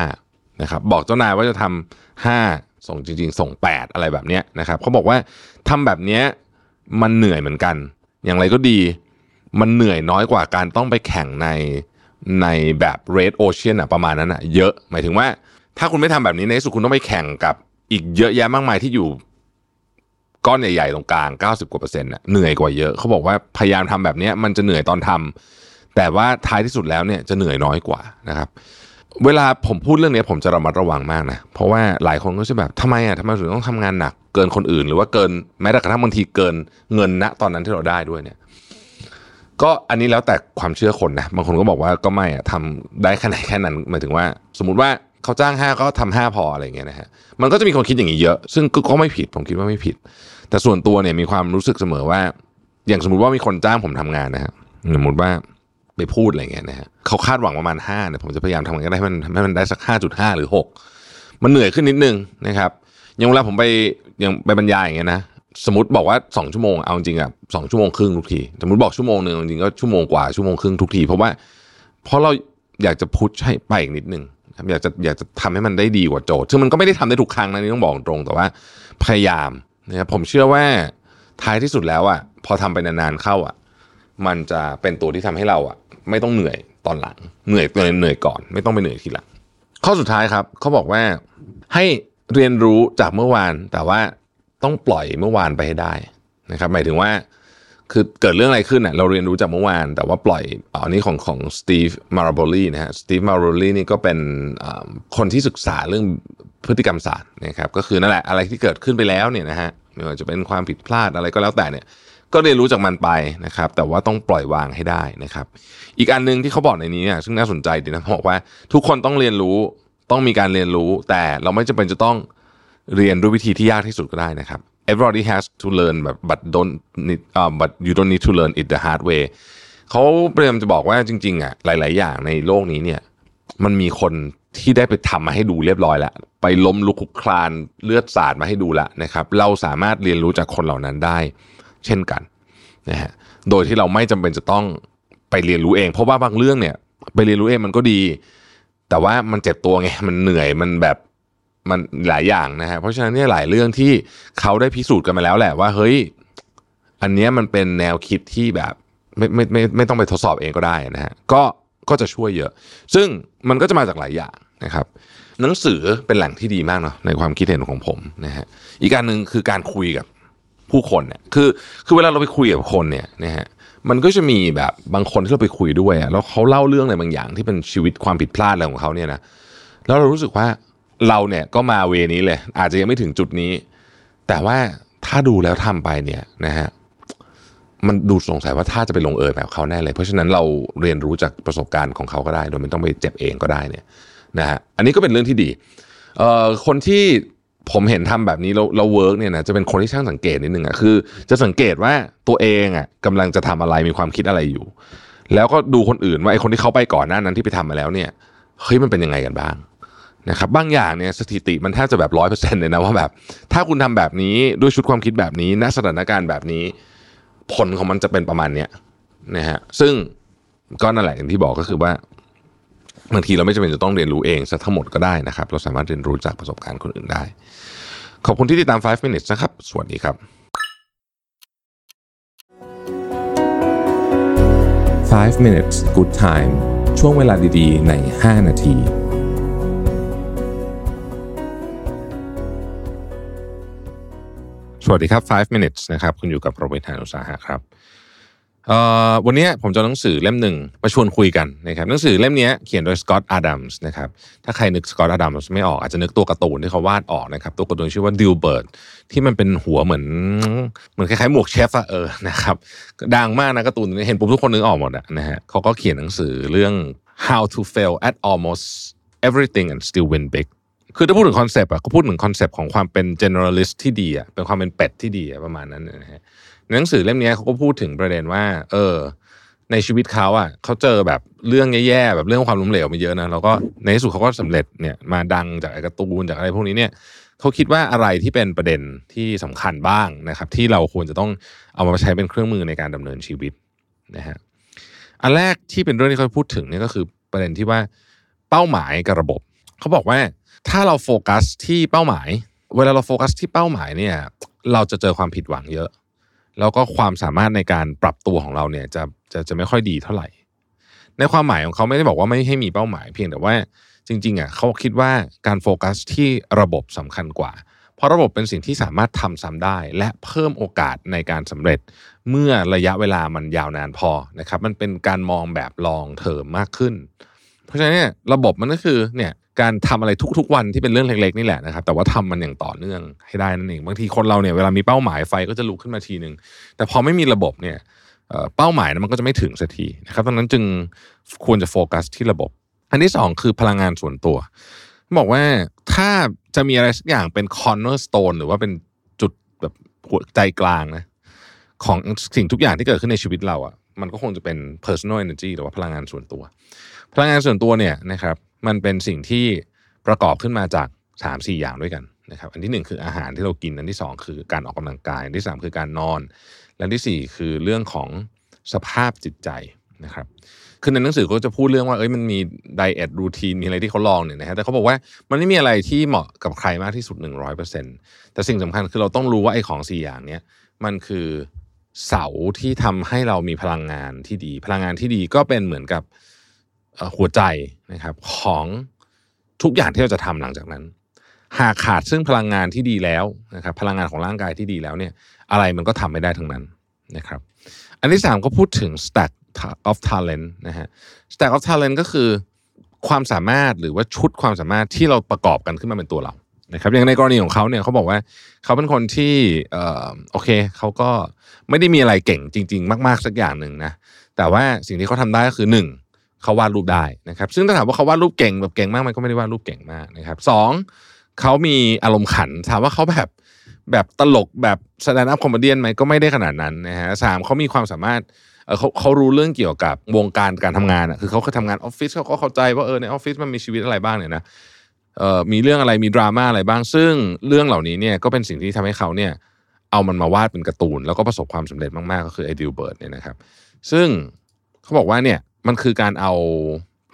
Speaker 1: 15นะครับบอกเจ้านายว่าจะทำ5ส่งจริงๆส่ง8อะไรแบบนี้นะครับเขาบอกว่าทำแบบนี้มันเหนื่อยเหมือนกันอย่างไรก็ดีมันเหนื่อยน้อยกว่าการต้องไปแข่งในแบบ Red Ocean ประมาณนั้นเยอะหมายถึงว่าถ้าคุณไม่ทำแบบนี้ในที่สุดคุณต้องไปแข่งกับอีกเยอะแยะมากมายที่อยู่ก้อนใหญ่ๆตรงกลาง90%เหนื่อยกว่าเยอะเขาบอกว่าพยายามทำแบบนี้มันจะเหนื่อยตอนทำแต่ว่าท้ายที่สุดแล้วเนี่ยจะเหนื่อยน้อยกว่านะครับเวลาผมพูดเรื่องนี้ผมจะระมัดระวังมากนะเพราะว่าหลายคนก็จะแบบทำไมถึงต้องทำงานหนักเกินคนอื่นหรือว่าเกินแม้แต่กระทั่งบางทีเกินเงินณตอนนั้นที่เราได้ด้วยเนี่ยก็อันนี้แล้วแต่ความเชื่อคนนะบางคนก็บอกว่าก็ไม่ทำได้แค่ไหนแค่นั้นหมายถึงว่าสมมุติว่าเขาจ้าง5ก็ทำ5พออะไรเงี้ยนะฮะมันก็จะมีคนคิดอย่างนี้เยอะซึ่งก็ไม่ผิดผมคิดว่าไม่ผิดแต่ส่วนตัวเนี่ยมีความรู้สึกเสมอว่าอย่างสมมุติว่ามีคนจ้างผมทำงานนะฮะสมมติว่าไปพูดอะไรเงี้ยนะฮะเขาคาดหวังประมาณ5เนี่ยผมจะพยายามทำยังไงได้ให้มันได้สัก 5.5 หรือ6มันเหนื่อยขึ้นนิดนึงนะครับอย่างเวลาผมไปบรรยายอย่างเงี้ยนะสมมติบอกว่า2ชั่วโมงเอาจริง2ชั่วโมงครึ่งทุกทีสมมติบอกชั่วโมงนึงจริงๆก็ชั่วโมงกว่าชั่วโมงครึ่งทุกทีเพราะเราอยากจะพุชให้ไปอีกนิดนึงอยากจะทำให้มันได้ดีกว่าโจทย์ซึ่งมันก็ไม่ได้ทำได้ทุกครั้งนะนี่ต้องบอกตรงแต่ว่าพยายามนะครับผมเชื่อว่าท้ายที่สุดแล้วพอทำไปนานๆเข้ามันจะเป็นตัวที่ทำให้เราไม่ต้องเหนื่อยตอนหลังเหนื่อยก่อนไม่ต้องไปเหนื่อยทีหลังข้อสุดท้ายครับเขาบอกว่าให้เรียนรู้จากเมื่อวานแต่ว่าต้องปล่อยเมื่อวานไปให้ได้นะครับหมายถึงว่าคือเกิดเรื่องอะไรขึ้นเราเรียนรู้จากเมื่อวานแต่ว่าปล่อยอันนี้ของสตีฟมาราโบลีนะฮะสตีฟมาราโบลีนี่ก็เป็นคนที่ศึกษาเรื่องพฤติกรรมศาสตร์นะครับก็คือนั่นแหละอะไรที่เกิดขึ้นไปแล้วเนี่ยนะฮะไม่ว่าจะเป็นความผิดพลาดอะไรก็แล้วแต่เนี่ยก็เรียนรู้จากมันไปนะครับแต่ว่าต้องปล่อยวางให้ได้นะครับอีกอันนึงที่เขาบอกในนี้เนี่ยซึ่งน่าสนใจดีนะบอกว่าทุกคนต้องเรียนรู้ต้องมีการเรียนรู้แต่เราไม่จำเป็นจะต้องเรียนด้วยวิธีที่ยากที่สุดก็ได้นะครับ everybody has to learn but you don't need to learn it the hard way เขาพยายามจะบอกว่าจริงๆหลายๆอย่างในโลกนี้เนี่ยมันมีคนที่ได้ไปทำมาให้ดูเรียบร้อยแล้วไปล้มลุกคลุกคลานเลือดสาดมาให้ดูแล้วนะครับเราสามารถเรียนรู้จากคนเหล่านั้นได้เช่นกันนะฮะโดยที่เราไม่จำเป็นจะต้องไปเรียนรู้เองเพราะว่าบางเรื่องเนี่ยไปเรียนรู้เองมันก็ดีแต่ว่ามันเจ็บตัวไงมันเหนื่อยมันแบบมันหลายอย่างนะฮะเพราะฉะนั้นเนี่ยหลายเรื่องที่เขาได้พิสูจน์กันมาแล้วแหละว่าเฮ้ยอันเนี้ยมันเป็นแนวคิดที่แบบไม่ต้องไปทดสอบเองก็ได้นะฮะก็จะช่วยเยอะซึ่งมันก็จะมาจากหลายอย่างนะครับหนังสือเป็นแหล่งที่ดีมากเนาะในความคิดเห็นของผมนะฮะอีกการหนึ่งคือการคุยกับผู้คนเนี่ยคือเวลาเราไปคุยกับคนเนี่ยนะฮะมันก็จะมีแบบบางคนที่เราไปคุยด้วยแล้วเขาเล่าเรื่องอะไรบางอย่างที่เป็นชีวิตความผิดพลาดอะไรของเขาเนี่ยนะแล้วเรารู้สึกว่าเราเนี่ยก็มาเวนี้เลยอาจจะยังไม่ถึงจุดนี้แต่ว่าถ้าดูแล้วทำไปเนี่ยนะฮะมันดูสงสัยว่าถ้าจะไปลงเอยแบบเขาแน่เลยเพราะฉะนั้นเราเรียนรู้จากประสบการณ์ของเขาก็ได้โดยไม่ต้องไปเจ็บเองก็ได้เนี่ยนะฮะอันนี้ก็เป็นเรื่องที่ดีคนที่ผมเห็นทำแบบนี้เราเวิร์กเนี่ยนะจะเป็นคนที่ช่างสังเกตนิดนึงอ่ะคือจะสังเกตว่าตัวเองอ่ะกำลังจะทำอะไรมีความคิดอะไรอยู่แล้วก็ดูคนอื่นว่าไอ้คนที่เขาไปก่อนหน้านั้นที่ไปทำมาแล้วเนี่ยเฮ้ยมันเป็นยังไงกันบ้างนะครับบางอย่างเนี่ยสถิติมันแทบจะแบบ100%เลยนะว่าแบบถ้าคุณทำแบบนี้ด้วยชุดความคิดแบบนี้ณสถานการณ์แบบนี้ผลของมันจะเป็นประมาณเนี้ยนะฮะซึ่งก็นั่นแหละอย่างที่บอกก็คือว่าบางทีเราไม่จำเป็นจะต้องเรียนรู้เองซะทั้งหมดก็ได้นะครับเราสามารถเรียนรู้จากประสบการณ์คนอื่นได้ขอบคุณที่ติดตาม5 minutes นะครับสวัสดีครับ5 minutes good time ช่วงเวลาดีๆใน5 นาทีสวัสดีครับ5 minutes นะครับคุณอยู่กับโรเบิร์ต หาญอุตสาหะครับวันนี้ผมจะเอาหนังสือเล่มหนึ่งมาชวนคุยกันนะครับหนังสือเล่มนี้เขียนโดยสกอตต์อาดัมส์นะครับถ้าใครนึกสกอตต์อาดัมส์ไม่ออกอาจจะนึกตัวการ์ตูนที่เขาวาดออกนะครับตัวการ์ตูนชื่อว่าดิลเบิร์ตที่มันเป็นหัวเหมือนคล้ายๆหมวกเชฟอะนะครับดังมากนะการ์ตูนเห็นปุ๊บทุกคนนึกออกหมดนะฮะเขาก็เขียนหนังสือเรื่อง how to fail at almost everything and still win big คือถ้าพูดถึงคอนเซปต์อะก็พูดถึงคอนเซปต์ของความเป็น generalist ที่ดีอะเป็นความเป็นเป็ดที่ดีอะประมาณนั้นนะฮะหนังสือเล่มนี้เขาก็พูดถึงประเด็นว่าในชีวิตเขาอ่ะเขาเจอแบบเรื่องแย่ๆแบบเรื่องความล้มเหลวมาเยอะนะแล้วก็ในที่สุดเขาก็สำเร็จเนี่ยมาดังจากการ์ตูนจากอะไรพวกนี้เนี่ยเขาคิดว่าอะไรที่เป็นประเด็นที่สำคัญบ้างนะครับที่เราควรจะต้องเอามาใช้เป็นเครื่องมือในการดำเนินชีวิตนะฮะอันแรกที่เป็นเรื่องที่เขาพูดถึงเนี่ยก็คือประเด็นที่ว่าเป้าหมายกับระบบเขาบอกว่าถ้าเราโฟกัสที่เป้าหมายเวลาเราโฟกัสที่เป้าหมายเนี่ยเราจะเจอความผิดหวังเยอะแล้วก็ความสามารถในการปรับตัวของเราเนี่ยจะไม่ค่อยดีเท่าไหร่ในความหมายของเขาไม่ได้บอกว่าไม่ให้มีเป้าหมายเพียงแต่ว่าจริงๆอ่ะเขาคิดว่าการโฟกัสที่ระบบสำคัญกว่าเพราะระบบเป็นสิ่งที่สามารถทำซ้ำได้และเพิ่มโอกาสในการสำเร็จเมื่อระยะเวลามันยาวนานพอนะครับมันเป็นการมองแบบลองเทอมมากขึ้นเพราะฉะนั้นเนี่ยระบบมันก็คือเนี่ยการทำอะไรทุกๆวันที่เป็นเรื่องเล็กๆนี่แหละนะครับแต่ว่าทำมันอย่างต่อเนื่องให้ได้นั่นเองบางทีคนเราเนี่ยเวลามีเป้าหมายไฟก็จะลุกขึ้นมาทีนึงแต่พอไม่มีระบบเนี่ยเป้าหมายมันก็จะไม่ถึงสักทีนะครับดังนั้นจึงควรจะโฟกัสที่ระบบอันที่สองคือพลังงานส่วนตัวบอกว่าถ้าจะมีอะไรสักอย่างเป็น cornerstone หรือว่าเป็นจุดแบบหัวใจกลางนะของสิ่งทุกอย่างที่เกิดขึ้นในชีวิตเราอ่ะมันก็คงจะเป็น personal energy หรือว่าพลังงานส่วนตัวพลังงานส่วนตัวเนี่ยนะครับมันเป็นสิ่งที่ประกอบขึ้นมาจาก 3-4 อย่างด้วยกันนะครับอันที่1คืออาหารที่เรากินอันที่2คือการออกกำลังกายอันที่3คือการนอนและอันที่4คือเรื่องของสภาพจิตใจนะครับคือในหนังสือก็จะพูดเรื่องว่ามันมีไดเอทรูทีนมีอะไรที่เขาลองเนี่ยนะฮะแต่เขาบอกว่ามันไม่มีอะไรที่เหมาะกับใครมากที่สุด 100% แต่สิ่งสำคัญคือเราต้องรู้ว่าไอ้ของ4อย่างเนี้ยมันคือเสาที่ทำให้เรามีพลังงานที่ดีพลังงานที่ดีก็เป็นเหมือนกับหัวใจนะครับของทุกอย่างที่เราจะทำหลังจากนั้นหากขาดซึ่งพลังงานที่ดีแล้วนะครับพลังงานของร่างกายที่ดีแล้วเนี่ยอะไรมันก็ทำไม่ได้ทั้งนั้นนะครับอันที่3ก็พูดถึง stack of talent นะฮะ stack of talent ก็คือความสามารถหรือว่าชุดความสามารถที่เราประกอบกันขึ้นมาเป็นตัวเรานะครับอย่างในกรณีของเขาเนี่ยเขาบอกว่าเขาเป็นคนที่โอเคเขาก็ไม่ได้มีอะไรเก่งจริงๆมากๆสักอย่างหนึ่งนะแต่ว่าสิ่งที่เขาทำได้ก็คือ1เขาวาดรูปได้นะครับซึ่งถ้าถามว่าเขาวาดรูปเก่งแบบเก่งมากมันก็ไม่ได้วาดรูปเก่งมากนะครับ2เขามีอารมณ์ขันถามว่าเขาแบบตลกแบบแสดงอัพคอมเมดี้ไหมก็ไม่ได้ขนาดนั้นนะฮะ3เขามีความสามารถเขารู้เรื่องเกี่ยวกับวงการการทำงานอ่ะคือเขาเคยทำงานออฟฟิศเขาก็เข้าใจว่าในออฟฟิศมันมีชีวิตอะไรบ้างเนี่ยนะมีเรื่องอะไรมีดราม่าอะไรบ้างซึ่งเรื่องเหล่านี้เนี่ยก็เป็นสิ่งที่ทำให้เขาเนี่ยเอามันมาวาดเป็นการ์ตูนแล้วก็ประสบความสำเร็จมากๆก็คือไอ้ดิลเบิร์ตเนี่ยนะครับซึ่งเขาบอกว่าเนี่ยมันคือการเอา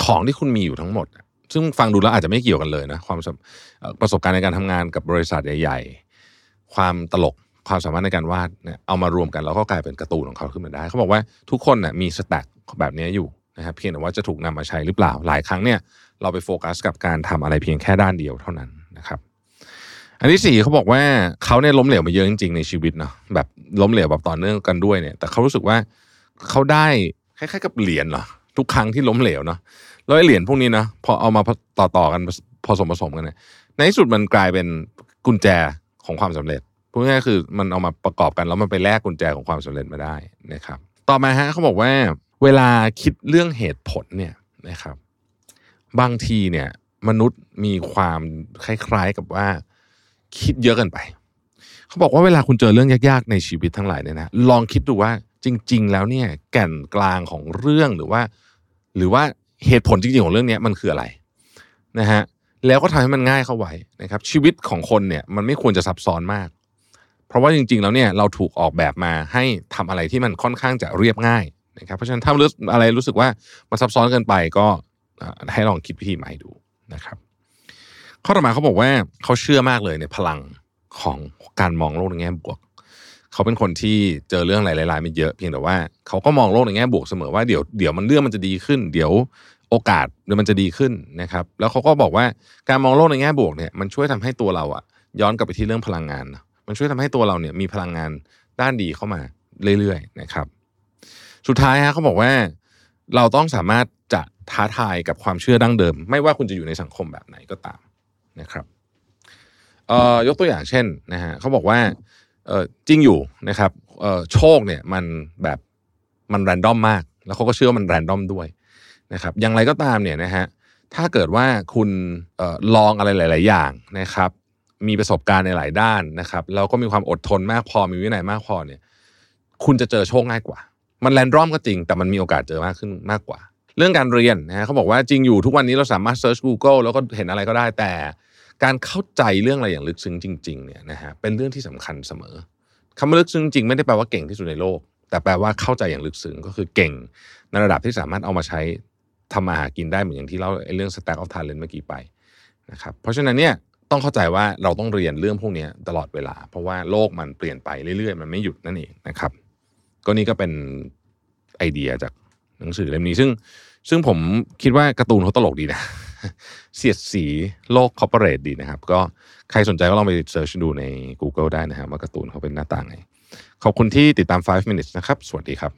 Speaker 1: ของที่คุณมีอยู่ทั้งหมดซึ่งฟังดูแล้วอาจจะไม่เกี่ยวกันเลยนะประสบการณ์ในการทำงานกับบริษัทใหญ่ๆความตลกความสามารถในการวาดเนี่ยเอามารวมกันแล้วก็กลายเป็นการ์ตูนของเขาขึ้นมาได้เขาบอกว่าทุกคนน่ะมีสแต็กแบบนี้อยู่นะครับเพียงแต่ว่าจะถูกนำมาใช้หรือเปล่าหลายครั้งเนี่ยเราไปโฟกัสกับการทำอะไรเพียงแค่ด้านเดียวเท่านั้นนะครับอันที่สี่เขาบอกว่าเขาเนี่ยล้มเหลวมาเยอะจริงๆในชีวิตเนาะแบบล้มเหลวแบบต่อเนื่องกันด้วยเนี่ยแต่เขารู้สึกว่าเขาได้คล้ายๆกับเหรียญเหรอทุกครั้งที่ล้มเหลวเนาะแล้วเหรียญพวกนี้นะพอเอามาต่อกันผสมกันเนี่ยในที่สุดมันกลายเป็นกุญแจของความสำเร็จพูดง่ายๆคือมันเอามาประกอบกันแล้วมันไปแลกกุญแจของความสำเร็จมาได้นะครับต่อมาฮะเขาบอกว่าเวลาคิดเรื่องเหตุผลเนี่ยนะครับบางทีเนี่ยมนุษย์มีความคล้ายๆกับว่าคิดเยอะเกินไปเขาบอกว่าเวลาคุณเจอเรื่องยากๆในชีวิตทั้งหลายเนี่ยนะลองคิดดูว่าจริงๆแล้วเนี่ยแก่นกลางของเรื่องหรือว่าเหตุผลจริงๆของเรื่องนี้มันคืออะไรนะฮะแล้วก็ทำให้มันง่ายเข้าไว้นะครับชีวิตของคนเนี่ยมันไม่ควรจะซับซ้อนมากเพราะว่าจริงๆแล้วเนี่ยเราถูกออกแบบมาให้ทำอะไรที่มันค่อนข้างจะเรียบง่ายนะครับเพราะฉะนั้นถ้าอะไรรู้สึกว่ามันซับซ้อนเกินไปก็ให้ลองคิดวิธีใหม่ดูนะครับข้อต่อมาเขาบอกว่าเขาเชื่อมากเลยในพลังของการมองโลกในแง่บวกเขาเป็นคนที่เจอเรื่องหลายๆไม่เยอะเพียงแต่ว่าเขาก็มองโลกในแง่บวกเสมอว่าเดี๋ยวมันเรื่องมันจะดีขึ้นเดี๋ยวโอกาสมันจะดีขึ้นนะครับแล้วเขาก็บอกว่าการมองโลกในแง่บวกเนี่ยมันช่วยทำให้ตัวเราย้อนกลับไปที่เรื่องพลังงานมันช่วยทำให้ตัวเราเนี่ยมีพลังงานด้านดีเข้ามาเรื่อยๆนะครับสุดท้ายฮะเขาบอกว่าเราต้องสามารถจะท้าทายกับความเชื่อดั้งเดิมไม่ว่าคุณจะอยู่ในสังคมแบบไหนก็ตามนะครับยกตัวอย่างเช่นนะฮะเขาบอกว่าจริงอยู่นะครับโชคเนี่ยมันแรนดอมมากแล้วเขาก็เชื่อว่ามันแรนดอมด้วยนะครับอย่างไรก็ตามเนี่ยนะฮะถ้าเกิดว่าคุณลองอะไรหลายๆอย่างนะครับมีประสบการณ์ในหลายด้านนะครับแล้วก็มีความอดทนมากพอมีวินัยมากพอเนี่ยคุณจะเจอโชคง่ายกว่ามันแรนดอมก็จริงแต่มันมีโอกาสเจอมากขึ้นมากกว่าเรื่องการเรียนนะฮะเขาบอกว่าจริงอยู่ทุกวันนี้เราสามารถเซิร์ช Google แล้วก็เห็นอะไรก็ได้แต่การเข้าใจเรื่องอะไรอย่างลึกซึ้งจริงๆเนี่ยนะฮะเป็นเรื่องที่สำคัญเสมอคำว่าลึกซึ้งจริงไม่ได้แปลว่าเก่งที่สุดในโลกแต่แปลว่าเข้าใจอย่างลึกซึ้งก็คือเก่งในระดับที่สามารถเอามาใช้ทำมาหากินได้เหมือนอย่างที่เล่าเรื่อง Stack of Talent เมื่อกี้ไปนะครับเพราะฉะนั้นเนี่ยต้องเข้าใจว่าเราต้องเรียนเรื่องพวกนี้ตลอดเวลาเพราะว่าโลกมันเปลี่ยนไปเรื่อยๆมันไม่หยุดนั่นเองนะครับก็นี่ก็เป็นไอเดียจากหนังสือเล่มนี้ซึ่งผมคิดว่าการ์ตูนเขาตลกดีนะเสียดสีโลกคอร์ปอเรทดีนะครับก็ใครสนใจก็ลองไปเสิร์ชดูใน Google ได้นะครับว่าการ์ตูนเขาเป็นหน้าตาไงขอบคุณที่ติดตาม 5 minutes นะครับสวัสดีครับ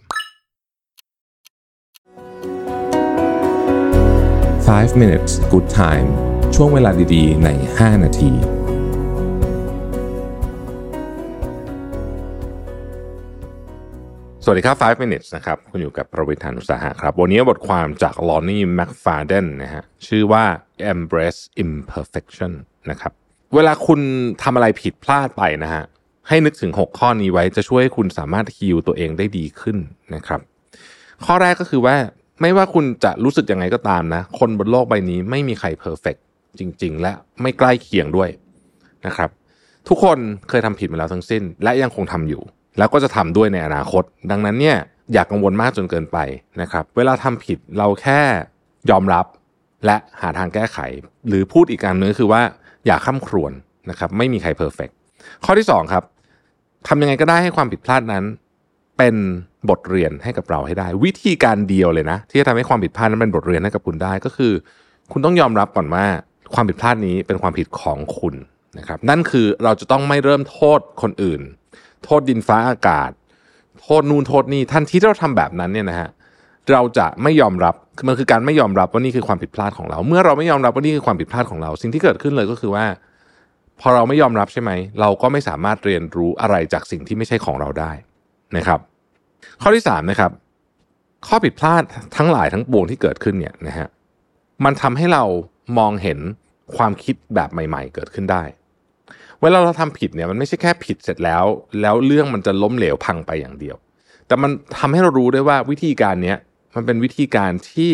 Speaker 1: 5 minutes good time ช่วงเวลาดีๆใน5นาทีสวัสดีครับ 5 minutes นะครับคุณอยู่กับประวิทย์ หาญอุตสาหะครับวันนี้บทความจากลอนนี่แม็กฟาเดนนะฮะชื่อว่า embrace imperfection นะครับเวลาคุณทำอะไรผิดพลาดไปนะฮะให้นึกถึง6ข้อนี้ไว้จะช่วยให้คุณสามารถฮีลตัวเองได้ดีขึ้นนะครับข้อแรกก็คือว่าไม่ว่าคุณจะรู้สึกยังไงก็ตามนะคนบนโลกใบนี้ไม่มีใครเพอร์เฟกต์จริงๆและไม่ใกล้เคียงด้วยนะครับทุกคนเคยทำผิดมาแล้วทั้งสิ้นและยังคงทำอยู่แล้วก็จะทำด้วยในอนาคตดังนั้นเนี่ยอย่ากังวลมากจนเกินไปนะครับเวลาทำผิดเราแค่ยอมรับและหาทางแก้ไขหรือพูดอีกการนึงคือว่าอย่าข้ามครวญนะครับไม่มีใครเพอร์เฟกต์ข้อที่2ครับทำยังไงก็ได้ให้ความผิดพลาดนั้นเป็นบทเรียนให้กับเราให้ได้วิธีการเดียวเลยนะที่จะทำให้ความผิดพลาดนั้นเป็นบทเรียนให้กับคุณได้ก็คือคุณต้องยอมรับก่อนว่าความผิดพลาดนี้เป็นความผิดของคุณนะครับนั่นคือเราจะต้องไม่เริ่มโทษคนอื่นโทษดินฟ้าอากาศโทษนู่นโทษนี่ทันทีที่เราทำแบบนั้นเนี่ยนะฮะเราจะไม่ยอมรับมันคือการไม่ยอมรับว่านี่คือความผิดพลาดของเราเมื่อเราไม่ยอมรับว่านี่คือความผิดพลาดของเราสิ่งที่เกิดขึ้นเลยก็คือว่าพอเราไม่ยอมรับใช่ไหมเราก็ไม่สามารถเรียนรู้อะไรจากสิ่งที่ไม่ใช่ของเราได้นะครับข้อที่3นะครับข้อผิดพลาดทั้งหลายทั้งปวงที่เกิดขึ้นเนี่ยนะฮะมันทำให้เรามองเห็นความคิดแบบใหม่ๆเกิดขึ้นได้เวลาเราทำผิดเนี่ยมันไม่ใช่แค่ผิดเสร็จแล้วเรื่องมันจะล้มเหลวพังไปอย่างเดียวแต่มันทำให้เรารู้ได้ว่าวิธีการเนี้ยมันเป็นวิธีการที่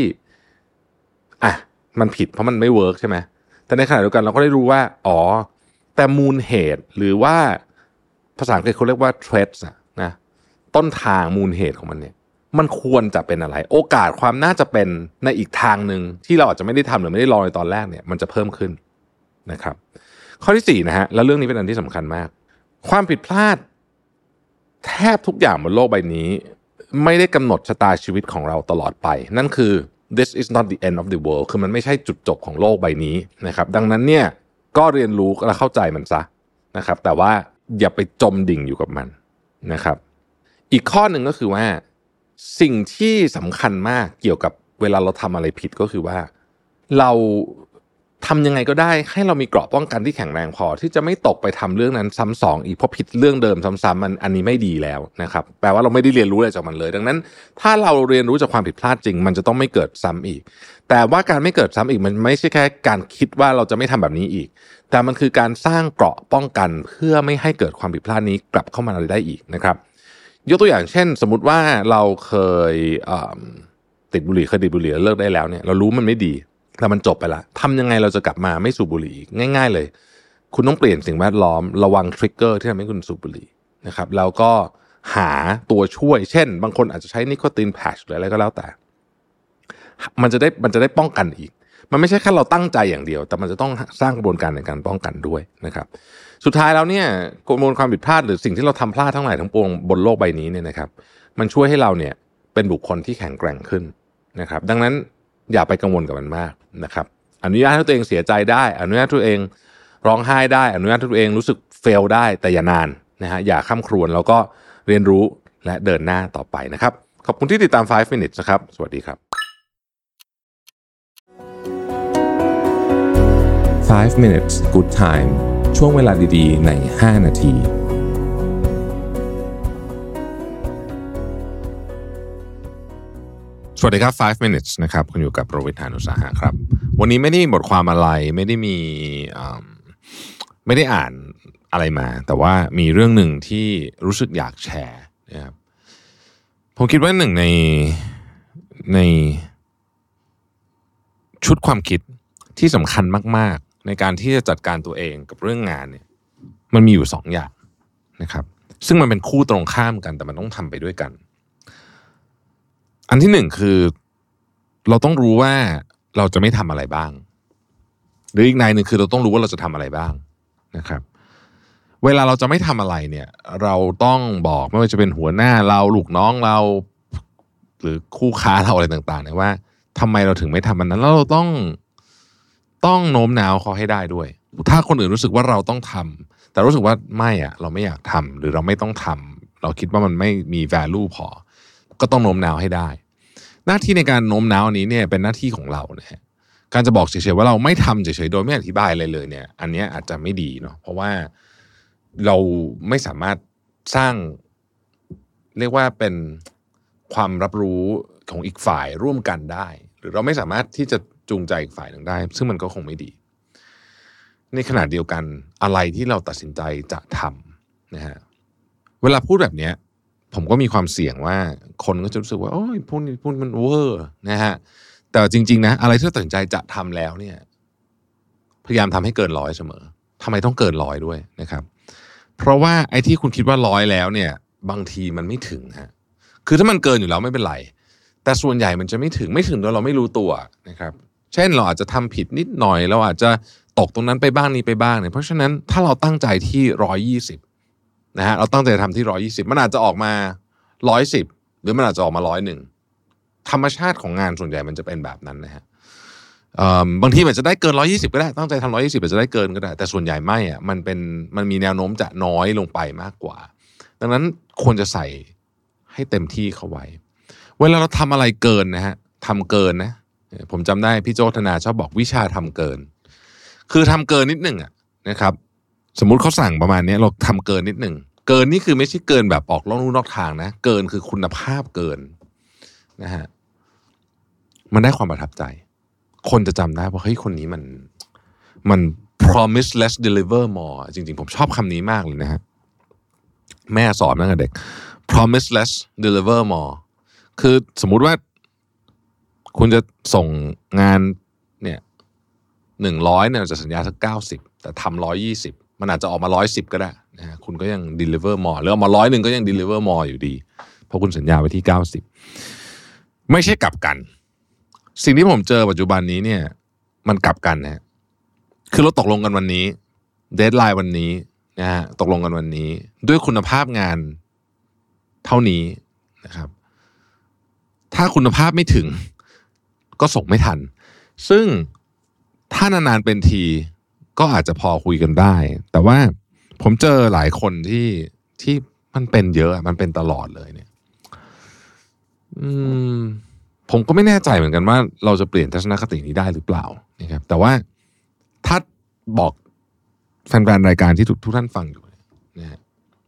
Speaker 1: มันผิดเพราะมันไม่เวิร์กใช่ไหมแต่ในขณะเดียวกันเราก็ได้รู้ว่าแต่มูลเหตุหรือว่าภาษาอังกฤษเขาเรียกว่า threads นะต้นทางมูลเหตุของมันเนี่ยมันควรจะเป็นอะไรโอกาสความน่าจะเป็นในอีกทางหนึ่งที่เราอาจจะไม่ได้ทำหรือไม่ได้ลองในตอนแรกเนี่ยมันจะเพิ่มขึ้นนะครับข้อที่4นะฮะแล้วเรื่องนี้เป็นอันที่สำคัญมากความผิดพลาดแทบทุกอย่างบนโลกใบนี้ไม่ได้กำหนดชะตาชีวิตของเราตลอดไปนั่นคือ this is not the end of the world คือมันไม่ใช่จุดจบของโลกใบนี้นะครับดังนั้นเนี่ยก็เรียนรู้และเข้าใจมันซะนะครับแต่ว่าอย่าไปจมดิ่งอยู่กับมันนะครับอีกข้อหนึ่งก็คือว่าสิ่งที่สำคัญมากเกี่ยวกับเวลาเราทำอะไรผิดก็คือว่าเราทำยังไงก็ได้ให้เรามีเกราะป้องกันที่แข็งแรงพอที่จะไม่ตกไปทำเรื่องนั้นซ้ำสองอีกเพราะผิดเรื่องเดิมซ้ำๆมันอันนี้ไม่ดีแล้วนะครับแปลว่าเราไม่ได้เรียนรู้อะไรจากมันเลยดังนั้นถ้าเราเรียนรู้จากความผิดพลาดจริงมันจะต้องไม่เกิดซ้ำอีกแต่ว่าการไม่เกิดซ้ำอีกมันไม่ใช่แค่การคิดว่าเราจะไม่ทำแบบนี้อีกแต่มันคือการสร้างเกราะป้องกันเพื่อไม่ให้เกิดความผิดพลาดนี้กลับเข้ามาได้อีกนะครับยกตัวอย่างเช่นสมมุติว่าเราเคยติดบุหรี่แล้วเลิกได้แล้วเนี่ยเรารู้มันไม่ดีแต่มันจบไปละทำยังไงเราจะกลับมาไม่สูบบุหรี่อีกง่ายๆเลยคุณต้องเปลี่ยนสิ่งแวดล้อมระวังทริกเกอร์ที่ทำให้คุณสูบบุหรี่นะครับแล้วก็หาตัวช่วยเช่นบางคนอาจจะใช้นิโคตินแพชหรืออะไรก็แล้วแต่มันจะได้ป้องกันอีกมันไม่ใช่แค่เราตั้งใจอย่างเดียวแต่มันจะต้องสร้างกระบวนการในการป้องกันด้วยนะครับสุดท้ายแล้วเนี่ยกระบวนความผิดพลาดหรือสิ่งที่เราทำพลาดทั้งหลายทั้งปวงบนโลกใบนี้เนี่ยนะครับมันช่วยให้เราเนี่ยเป็นบุคคลที่แข็งแกร่งขึ้นนะครับดังนั้นอย่าไปกังวลกับมันมากนะครับอนุญาตให้ตัวเองเสียใจได้อนุญาตให้ตัวเองร้องไห้ได้อนุญาตให้ตัวเองรู้สึกเฟลได้แต่อย่านานนะฮะอย่าข้ามครวญแล้วก็เรียนรู้และเดินหน้าต่อไปนะครับขอบคุณที่ติดตาม5 minutes นะครับสวัสดีครับ5 minutes good time ช่วงเวลาดีๆใน5นาทีสวัสดีครับ5 minutes นะครับคุณอยู่กับโรบิน หาญอุตสาหะครับวันนี้ไม่ได้มีบทความอะไรไม่ได้อ่านอะไรมาแต่ว่ามีเรื่องหนึ่งที่รู้สึกอยากแชร์นะครับผมคิดว่าหนึ่งในชุดความคิดที่สำคัญมากๆในการที่จะจัดการตัวเองกับเรื่องงานเนี่ยมันมีอยู่2 อย่างนะครับซึ่งมันเป็นคู่ตรงข้ามกันแต่มันต้องทำไปด้วยกันอันที่1คือเราต้องรู้ว่าเราจะไม่ทำอะไรบ้างหรืออีกในหนึ่งคือเราต้องรู้ว่าเราจะทำอะไรบ้างนะครับเวลาเราจะไม่ทำอะไรเนี่ยเราต้องบอกไม่ว่าจะเป็นหัวหน้าเราลูกน้องเราหรือคู่ค้าเราอะไรต่างๆเนี่ยว่าทำไมเราถึงไม่ทำมันนั้นแล้วเราต้องโน้มน้าวเขาให้ได้ด้วยถ้าคนอื่นรู้สึกว่าเราต้องทำแต่รู้สึกว่าไม่อะเราไม่อยากทำหรือเราไม่ต้องทำเราคิดว่ามันไม่มี value พอก็ต้องโน้มน้าวให้ได้หน้าที่ในการโน้มน้าวนี้เนี่ยเป็นหน้าที่ของเรานะฮะการจะบอกเฉยๆว่าเราไม่ทำเฉยๆโดยไม่อธิบายอะไรเลยเนี่ยอันนี้อาจจะไม่ดีเนาะเพราะว่าเราไม่สามารถสร้างเรียกว่าเป็นความรับรู้ของอีกฝ่ายร่วมกันได้หรือเราไม่สามารถที่จะจูงใจอีกฝ่ายหนึ่งได้ซึ่งมันก็คงไม่ดีในขณะเดียวกันอะไรที่เราตัดสินใจจะทำนะฮะเวลาพูดแบบนี้ผมก็มีความเสี่ยงว่าคนก็จะรู้สึกว่าโอ้ยพวกนี้มันเวอร์นะฮะแต่จริงๆนะอะไรที่เราตัดสินใจจะทำแล้วเนี่ยพยายามทำให้เกิน100เสมอทำไมต้องเกิน100ด้วยนะครับเพราะว่าไอ้ที่คุณคิดว่า100แล้วเนี่ยบางทีมันไม่ถึงฮะคือถ้ามันเกินอยู่แล้วไม่เป็นไรแต่ส่วนใหญ่มันจะไม่ถึงโดยเราไม่รู้ตัวนะครับเช่นเราอาจจะทำผิดนิดหน่อยเราอาจจะตกตรงนั้นไปบ้างนี้ไปบ้างเนี่ยเพราะฉะนั้นถ้าเราตั้งใจที่120นะฮะเราตั้งใจทำที่120มันอาจจะออกมา110หรือมันอาจจะออกมา101ธรรมชาติของงานส่วนใหญ่มันจะเป็นแบบนั้นนะฮะบางทีมันจะได้เกิน120ก็ได้ตั้งใจทำ120อาจจะได้เกินก็ได้แต่ส่วนใหญ่ไม่อ่ะมันมีแนวโน้มจะน้อยลงไปมากกว่าดังนั้นควรจะใส่ให้เต็มที่เข้าไว้เวลาเราทำอะไรเกินนะฮะทำเกินนะผมจำได้พี่โจธนาชอบบอกวิชาทำเกินคือทำเกินนิดหนึ่งอ่ะนะครับสมมุติเขาสั่งประมาณนี้เราทำเกินนิดหนึ่งเกินนี่คือไม่ใช่เกินแบบออกนอกทางนะเกินคือคุณภาพเกินนะฮะมันได้ความประทับใจคนจะจำได้ว่าเฮ้ยคนนี้มัน promise less deliver more จริงๆผมชอบคำนี้มากเลยนะฮะแม่สอนตั้งแต่เด็ก promise less deliver more คือสมมุติว่าคุณจะส่งงานเนี่ย100เนี่ยจะสัญญาสัก90แต่ทำ120มันอาจจะออกมา110ก็ได้นะฮะคุณก็ยัง deliver more หรือออกมา100ก็ยัง deliver more อยู่ดีเพราะคุณสัญญาไว้ที่90ไม่ใช่กลับกันสิ่งที่ผมเจอปัจจุบันนี้เนี่ยมันกลับกันนะคือเราตกลงกันวันนี้เดดไลน์วันนี้นะฮะตกลงกันวันนี้ด้วยคุณภาพงานเท่านี้นะครับถ้าคุณภาพไม่ถึงก็ส่งไม่ทันซึ่งถ้านานๆเป็นทีก็อาจจะพอคุยกันได้แต่ว่าผมเจอหลายคนที่มันเป็นเยอะมันเป็นตลอดเลยเนี่ยผมก็ไม่แน่ใจเหมือนกันว่าเราจะเปลี่ยนทัศนคตินี้ได้หรือเปล่านะครับแต่ว่าถ้าบอกแฟนๆรายการที่ทุกท่านฟังอยู่นะฮะ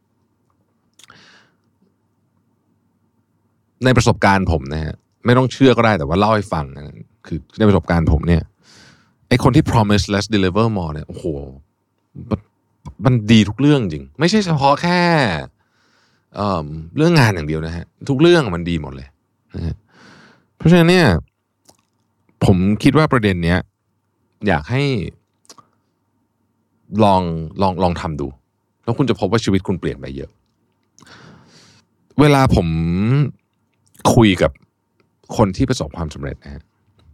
Speaker 1: ในประสบการณ์ผมนะฮะไม่ต้องเชื่อก็ได้แต่ว่าเล่าให้ฟังนะคือในประสบการณ์ผมเนี่ยไอ้คนที่ promise less deliver more เนี่ยโอ้โหมันดีทุกเรื่องจริงไม่ใช่เฉพาะแค่เรื่องงานอย่างเดียวนะฮะทุกเรื่องมันดีหมดเลยนะฮะเพราะฉะนั้นเนี่ยผมคิดว่าประเด็นเนี้ยอยากให้ลองทำดูแล้วคุณจะพบว่าชีวิตคุณเปลี่ยนไปเยอะเวลาผมคุยกับคนที่ประสบความสำเร็จนะฮะ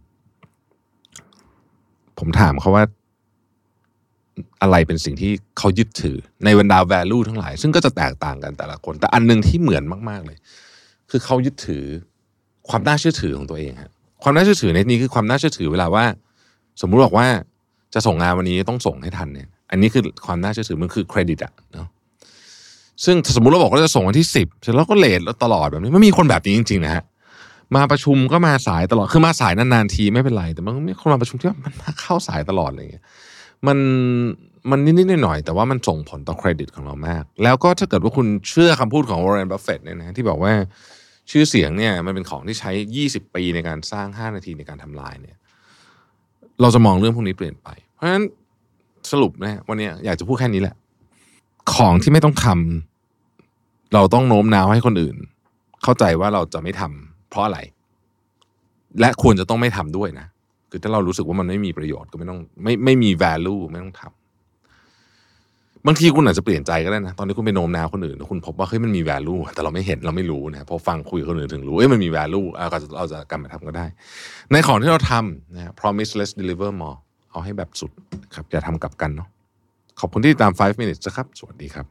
Speaker 1: ผมถามเขาว่าอะไรเป็นสิ่งที่เขายึดถือในบรรดา value ทั้งหลายซึ่งก็จะแตกต่างกันแต่ละคนแต่อันนึงที่เหมือนมากๆเลยคือเขายึดถือความน่าเชื่อถือของตัวเองฮะความน่าเชื่อถือในนี้คือความน่าเชื่อถือเวลาว่าสมมุติบอกว่าจะส่งงานวันนี้ต้องส่งให้ทันเนี่ยอันนี้คือความน่าเชื่อถือมันคือเครดิตอะเนาะซึ่งสมมุติเราบอกว่าจะส่งวันที่10เสร็จแล้วก็เลทแล้วตลอดแบบนี้ไม่มีคนแบบนี้จริงๆนะฮะมาประชุมก็มาสายตลอดคือมาสายนานๆทีไม่เป็นไรแต่มันมีคนมาประชุมที่มันมาเข้าสายตลอดอะไรอย่างเงี้ยมันนิดๆหน่อยๆแต่ว่ามันส่งผลต่อเครดิตของเรามากแล้วก็ถ้าเกิดว่าคุณเชื่อคำพูดของวอร์เรน บัฟเฟตต์เนี่ยนะที่บอกว่าชื่อเสียงเนี่ยมันเป็นของที่ใช้20ปีในการสร้าง5นาทีในการทำลายเนี่ยเราจะมองเรื่องพวกนี้เปลี่ยนไปเพราะฉะนั้นสรุปนะวันนี้อยากจะพูดแค่นี้แหละของที่ไม่ต้องทำเราต้องโน้มน้าวให้คนอื่นเข้าใจว่าเราจะไม่ทำเพราะอะไรและควรจะต้องไม่ทำด้วยนะคือถ้าเรารู้สึกว่ามันไม่มีประโยชน์ก็ไม่ต้องไม่มี value ไม่ต้องทำบางทีคุณอาจจะเปลี่ยนใจก็ได้นะตอนนี้คุณไปโน้มน้าวคนอื่นแล้วคุณพบว่าเฮ้ยมันมี value แต่เราไม่เห็นเราไม่รู้นะพอฟังคุยกับคนอื่นถึงรู้มันมี value เราจะกลับมาทำก็ได้ในของที่เราทำนะ promise less deliver more เอาให้แบบสุดครับอย่าทำกลับกันเนาะขอบคุณที่ติดตาม5 minutes นะครับสวัสดีครับ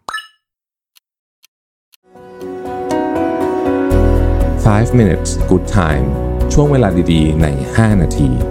Speaker 1: 5 minutes good time ช่วงเวลาดีๆใน5นาที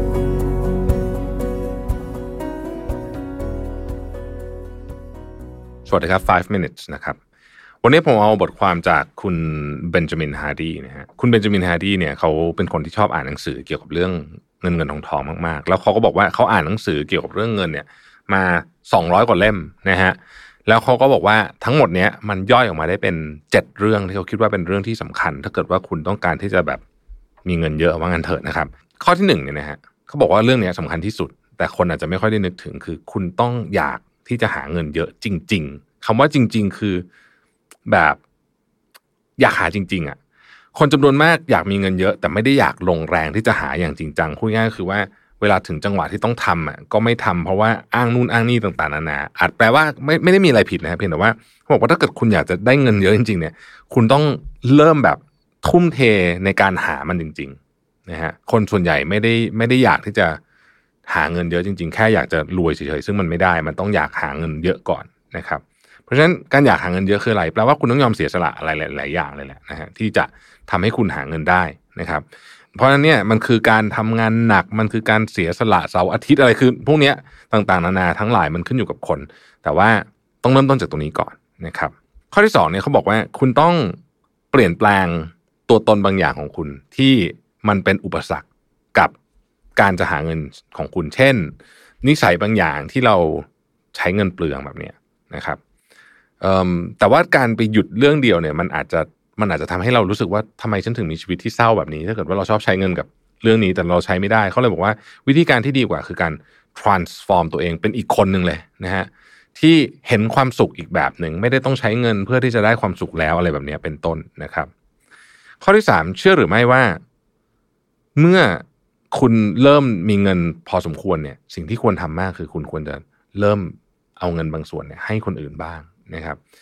Speaker 1: สวัสดีครับ5 minutes นะครับวันนี้ผมเอาบทความจากคุณเบนจามินฮาร์ดีนะฮะคุณเบนจามินฮาร์ดีเนี่ยเขาเป็นคนที่ชอบอ่านหนังสือเกี่ยวกับเรื่องเงินทองมากๆแล้วเขาก็บอกว่าเขาอ่านหนังสือเกี่ยวกับเรื่องเงินเนี่ยมา200กว่าเล่มนะฮะแล้วเขาก็บอกว่าทั้งหมดเนี้ยมันย่อยออกมาได้เป็น7เรื่องที่เขาคิดว่าเป็นเรื่องที่สำคัญถ้าเกิดว่าคุณต้องการที่จะแบบมีเงินเยอะว่างั้นเถอะนะครับข้อที่1เนี่ยนะฮะเขาบอกว่าเรื่องนี้สำคัญที่สุดแต่คนอาจจะไม่ค่อยได้นึกถึงคือคุณต้องอยากที่จะหาเงินเยอะจริงๆคำว่าจริงๆคือแบบอยากหาจริงๆอ่ะคนจำนวนมากอยากมีเงินเยอะแต่ไม่ได้อยากลงแรงที่จะหาอย่างจริงจังพูดง่ายๆคือว่าเวลาถึงจังหวะที่ต้องทำอ่ะก็ไม่ทำเพราะว่าอ้างนู่นอ้างนี่ต่างๆนานาอาจแปลว่าไม่ได้มีอะไรผิดนะเพียงแต่ว่าเขาบอกว่าถ้าเกิดคุณอยากจะได้เงินเยอะจริงๆเนี่ยคุณต้องเริ่มแบบทุ่มเทในการหามันจริงๆนะฮะคนส่วนใหญ่ไม่ได้อยากที่จะหาเงินเยอะจริงๆแค่อยากจะรวยเฉยๆซึ่งมันไม่ได้มันต้องอยากหาเงินเยอะก่อนนะครับเพราะฉะนั้นการอยากหาเงินเยอะคืออะไรแปลว่าคุณต้องยอมเสียสละอะไรหลายๆอย่างเลยแหละนะฮะที่จะทำให้คุณหาเงินได้นะครับเพราะฉะนั้นเนี่ยมันคือการทำงานหนักมันคือการเสียสละเสาร์อาทิตย์อะไรคือพวกเนี้ยต่างๆนานาทั้งหลายมันขึ้นอยู่กับคนแต่ว่าต้องเริ่มต้นจากตรงนี้ก่อนนะครับข้อที่2เนี่ยเขาบอกว่าคุณต้องเปลี่ยนแปลงตัวตนบางอย่างของคุณที่มันเป็นอุปสรรคกับการจะหาเงินของคุณเช่นนิสัยบางอย่างที่เราใช้เงินเปลืองแบบเนี้ยนะครับแต่ว่าการไปหยุดเรื่องเดียวเนี่ยมันอาจจะทำให้เรารู้สึกว่าทำไมฉันถึงมีชีวิตที่เศร้าแบบนี้ถ้าเกิดว่าเราชอบใช้เงินกับเรื่องนี้แต่เราใช้ไม่ได้เขาเลยบอกว่าวิธีการที่ดีกว่าคือการ transform ตัวเองเป็นอีกคนหนึ่งเลยนะฮะที่เห็นความสุขอีกแบบหนึ่งไม่ได้ต้องใช้เงินเพื่อที่จะได้ความสุขแล้วอะไรแบบนี้เป็นต้นนะครับข้อที่3เชื่อหรือไม่ว่าเมื่อคุณเริ่มมีเงินพอสมควรเนี่ยสิ่งที่ควรทำมากคือคุณควรจะเริ่มเอาเงินบางส่วนเนี่ยให้คนอื่นบ้างนะครับ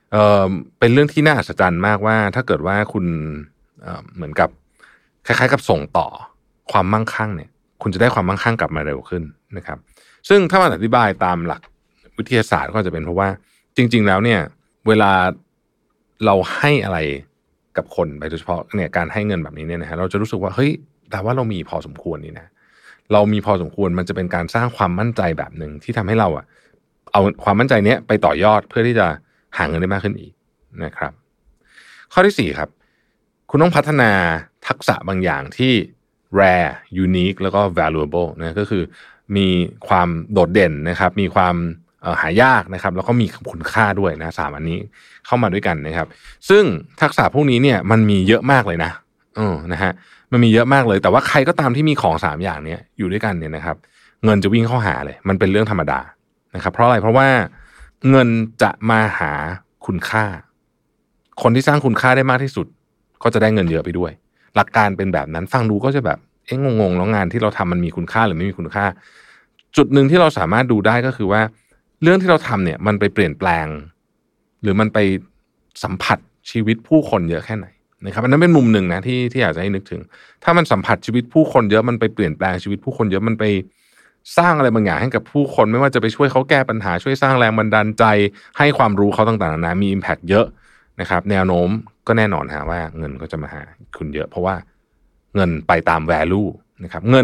Speaker 1: เป็นเรื่องที่น่าอัศจรรย์มากว่าถ้าเกิดว่าคุณเหมือนกับคล้ายๆกับส่งต่อความมั่งคั่งเนี่ยคุณจะได้ความมั่งคั่งกลับมาเร็วขึ้นนะครับซึ่งถ้ามาอธิบายตามหลักวิทยาศาสตร์ก็จะเป็นเพราะว่าจริงๆแล้วเนี่ยเวลาเราให้อะไรกับคนโดยเฉพาะเนี่ยการให้เงินแบบนี้เนี่ยนะฮะเราจะรู้สึกว่าเฮ้ยแต่ว่าเรามีพอสมควรนี่นะเรามีพอสมควรมันจะเป็นการสร้างความมั่นใจแบบนึงที่ทำให้เราเอาความมั่นใจนี้ไปต่อยอดเพื่อที่จะหาเงินได้มากขึ้นอีกนะครับข้อที่4ครับคุณต้องพัฒนาทักษะบางอย่างที่ rare unique แล้วก็ valuable นะก็คือมีความโดดเด่นนะครับมีความหายากนะครับแล้วก็มีคุณค่าด้วยนะ3อันนี้เข้ามาด้วยกันนะครับซึ่งทักษะพวกนี้เนี่ยมันมีเยอะมากเลยนะนะฮะมันมีเยอะมากเลยแต่ว่าใครก็ตามที่มีของ3อย่างนี้อยู่ด้วยกันเนี่ยนะครับเงินจะวิ่งเข้าหาเลยมันเป็นเรื่องธรรมดานะครับเพราะอะไรเพราะว่าเงินจะมาหาคุณค่าคนที่สร้างคุณค่าได้มากที่สุดก็จะได้เงินเยอะไปด้วยหลักการเป็นแบบนั้นฟังดูก็จะแบบงงๆแล้วงานที่เราทำมันมีคุณค่าหรือไม่มีคุณค่าจุดหนึ่งที่เราสามารถดูได้ก็คือว่าเรื่องที่เราทำเนี่ยมันไปเปลี่ยนแปลงหรือมันไปสัมผัสชีวิตผู้คนเยอะแค่ไหนนะครับอันนั้นเป็นมุมหนึ่งนะที่อยากจะให้นึกถึงถ้ามันสัมผัสชีวิตผู้คนเยอะมันไปเปลี่ยนแปลงชีวิตผู้คนเยอะมันไปสร้างอะไรบางอย่างให้กับผู้คนไม่ว่าจะไปช่วยเขาแก้ปัญหาช่วยสร้างแรงบันดาลใจให้ความรู้เขาต่างๆนานามี impact เยอะนะครับแนวโน้มก็แน่นอนฮะว่าเงินก็จะมาหาคุณเยอะเพราะว่าเงินไปตาม value นะครับเงิน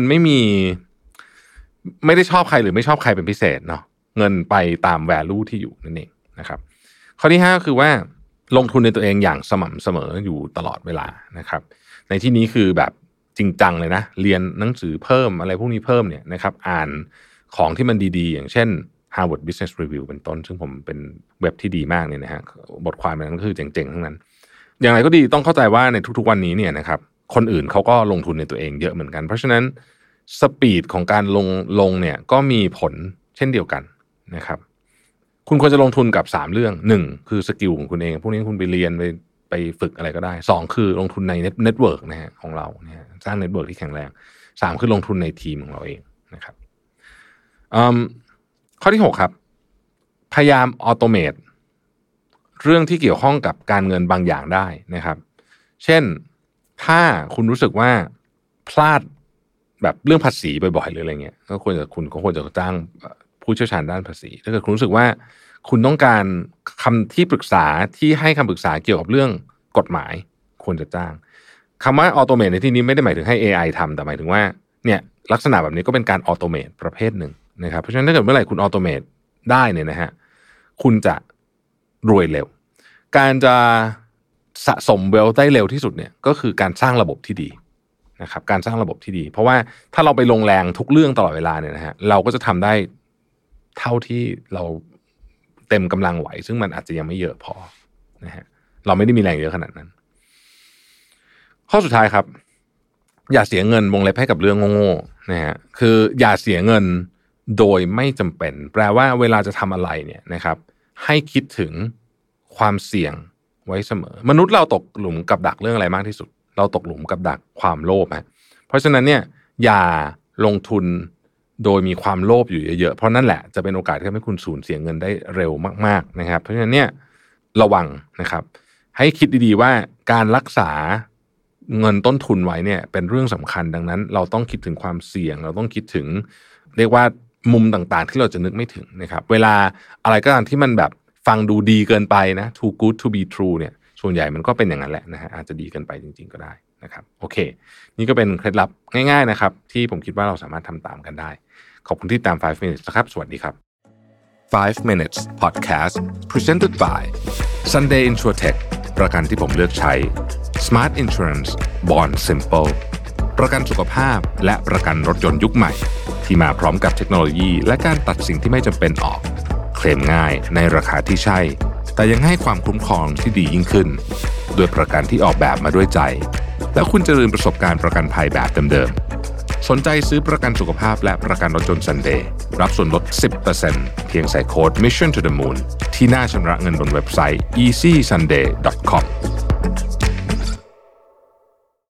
Speaker 1: ไม่ได้ชอบใครหรือไม่ชอบใครเป็นพิเศษเนาะเงินไปตาม value ที่อยู่นั่นเองนะครับข้อที่5คือว่าลงทุนในตัวเองอย่างสม่ำเสมออยู่ตลอดเวลานะครับในที่นี้คือแบบจริงจังเลยนะเรียนหนังสือเพิ่มอะไรพวกนี้เพิ่มเนี่ยนะครับอ่านของที่มันดีๆอย่างเช่น Harvard Business Review เป็นต้นซึ่งผมเป็นเว็บที่ดีมากเนี่ยนะฮะบทความนั้นก็คือเจ๋งๆทั้งนั้นอย่างไรก็ดีต้องเข้าใจว่าในทุกๆวันนี้เนี่ยนะครับคนอื่นเขาก็ลงทุนในตัวเองเยอะเหมือนกันเพราะฉะนั้นสปีดของการลงเนี่ยก็มีผลเช่นเดียวกันนะครับคุณควรจะลงทุนกับ3เรื่อง1คือสกิลของคุณเองพวกนี้คุณไปเรียนไปฝึกอะไรก็ได้2คือลงทุนในเน็ตเวิร์กนะฮะของเราเนี่ยสร้างเน็ตเวิร์กที่แข็งแรง3คือลงทุนในทีมของเราเองนะครับข้อที่6ครับพยายามออโตเมตเรื่องที่เกี่ยวข้องกับการเงินบางอย่างได้นะครับเช่นถ้าคุณรู้สึกว่าพลาดแบบเรื่องภาษีบ่อยๆหรืออะไรเงี้ยคุณก็ควรจะจ้างผู้เชี่ยวชาญด้านภาษีถ้าเกิดคุณรู้สึกว่าคุณต้องการคำที่ปรึกษาที่ให้คำปรึกษาเกี่ยวกับเรื่องกฎหมายควรจะจ้างคำว่าออโตเมตในที่นี้ไม่ได้หมายถึงให้ AI ทำแต่หมายถึงว่าเนี่ยลักษณะแบบนี้ก็เป็นการออโตเมตประเภทหนึ่งนะครับเพราะฉะนั้นถ้าเกิดเมื่อไหร่คุณออโตเมตได้เนี่ยนะฮะคุณจะรวยเร็วการจะสะสมเวลได้เร็วที่สุดเนี่ยก็คือการสร้างระบบที่ดีนะครับการสร้างระบบที่ดีเพราะว่าถ้าเราไปลงแรงทุกเรื่องตลอดเวลาเนี่ยนะฮะเราก็จะทำได้เท่าที่เราเต็มกำลังไหวซึ่งมันอาจจะยังไม่เยอะพอนะฮะเราไม่ได้มีแรงเยอะขนาดนั้นข้อสุดท้ายครับอย่าเสียเงินวงเล็บให้กับเรื่องโง่ๆนะฮะคืออย่าเสียเงินโดยไม่จำเป็นแปลว่าเวลาจะทำอะไรเนี่ยนะครับให้คิดถึงความเสี่ยงไว้เสมอมนุษย์เราตกหลุมกับดักเรื่องอะไรมากที่สุดเราตกหลุมกับดักความโลภเพราะฉะนั้นเนี่ยอย่าลงทุนโดยมีความโลภอยู่เยอะๆเพราะนั่นแหละจะเป็นโอกาสที่ทำให้คุณสูญเสียเงินได้เร็วมากๆนะครับเพราะฉะนั้นเนี่ยระวังนะครับให้คิดดีๆว่าการรักษาเงินต้นทุนไว้เนี่ยเป็นเรื่องสำคัญดังนั้นเราต้องคิดถึงความเสี่ยงเราต้องคิดถึงเรียกว่ามุมต่างๆที่เราจะนึกไม่ถึงนะครับเวลาอะไรก็ตามที่มันแบบฟังดูดีเกินไปนะ too good to be true เนี่ยส่วนใหญ่มันก็เป็นอย่างนั้นแหละนะฮะอาจจะดีเกินไปจริงๆก็ได้นะครับโอเคนี่ก็เป็นเคล็ดลับง่ายๆนะครับที่ผมคิดว่าเราสามารถทำตามกันได้ขอบคุณที่ตาม5 minutes นะครับสวัสดีครับ5 minutes podcast presented by Sunday Insurtech ประกันที่ผมเลือกใช้ Smart Insurance Bond Simple ประกันสุขภาพและประกันรถยนต์ยุคใหม่ที่มาพร้อมกับเทคโนโลยีและการตัดสิ่งที่ไม่จำเป็นออกเคลมง่ายในราคาที่ใช่แต่ยังให้ความคุ้มครองที่ดียิ่งขึ้นด้วยประกันที่ออกแบบมาด้วยใจและคุณจะลืมประสบการณ์ประกันภัยแบบเดิมๆสนใจซื้อประกันสุขภาพและประกันรถยนต์ Sunday รับส่วนลด 10% เพียงใส่โค้ด Mission to the Moon ที่หน้าชำระเงินบนเว็บไซต์ easysunday.com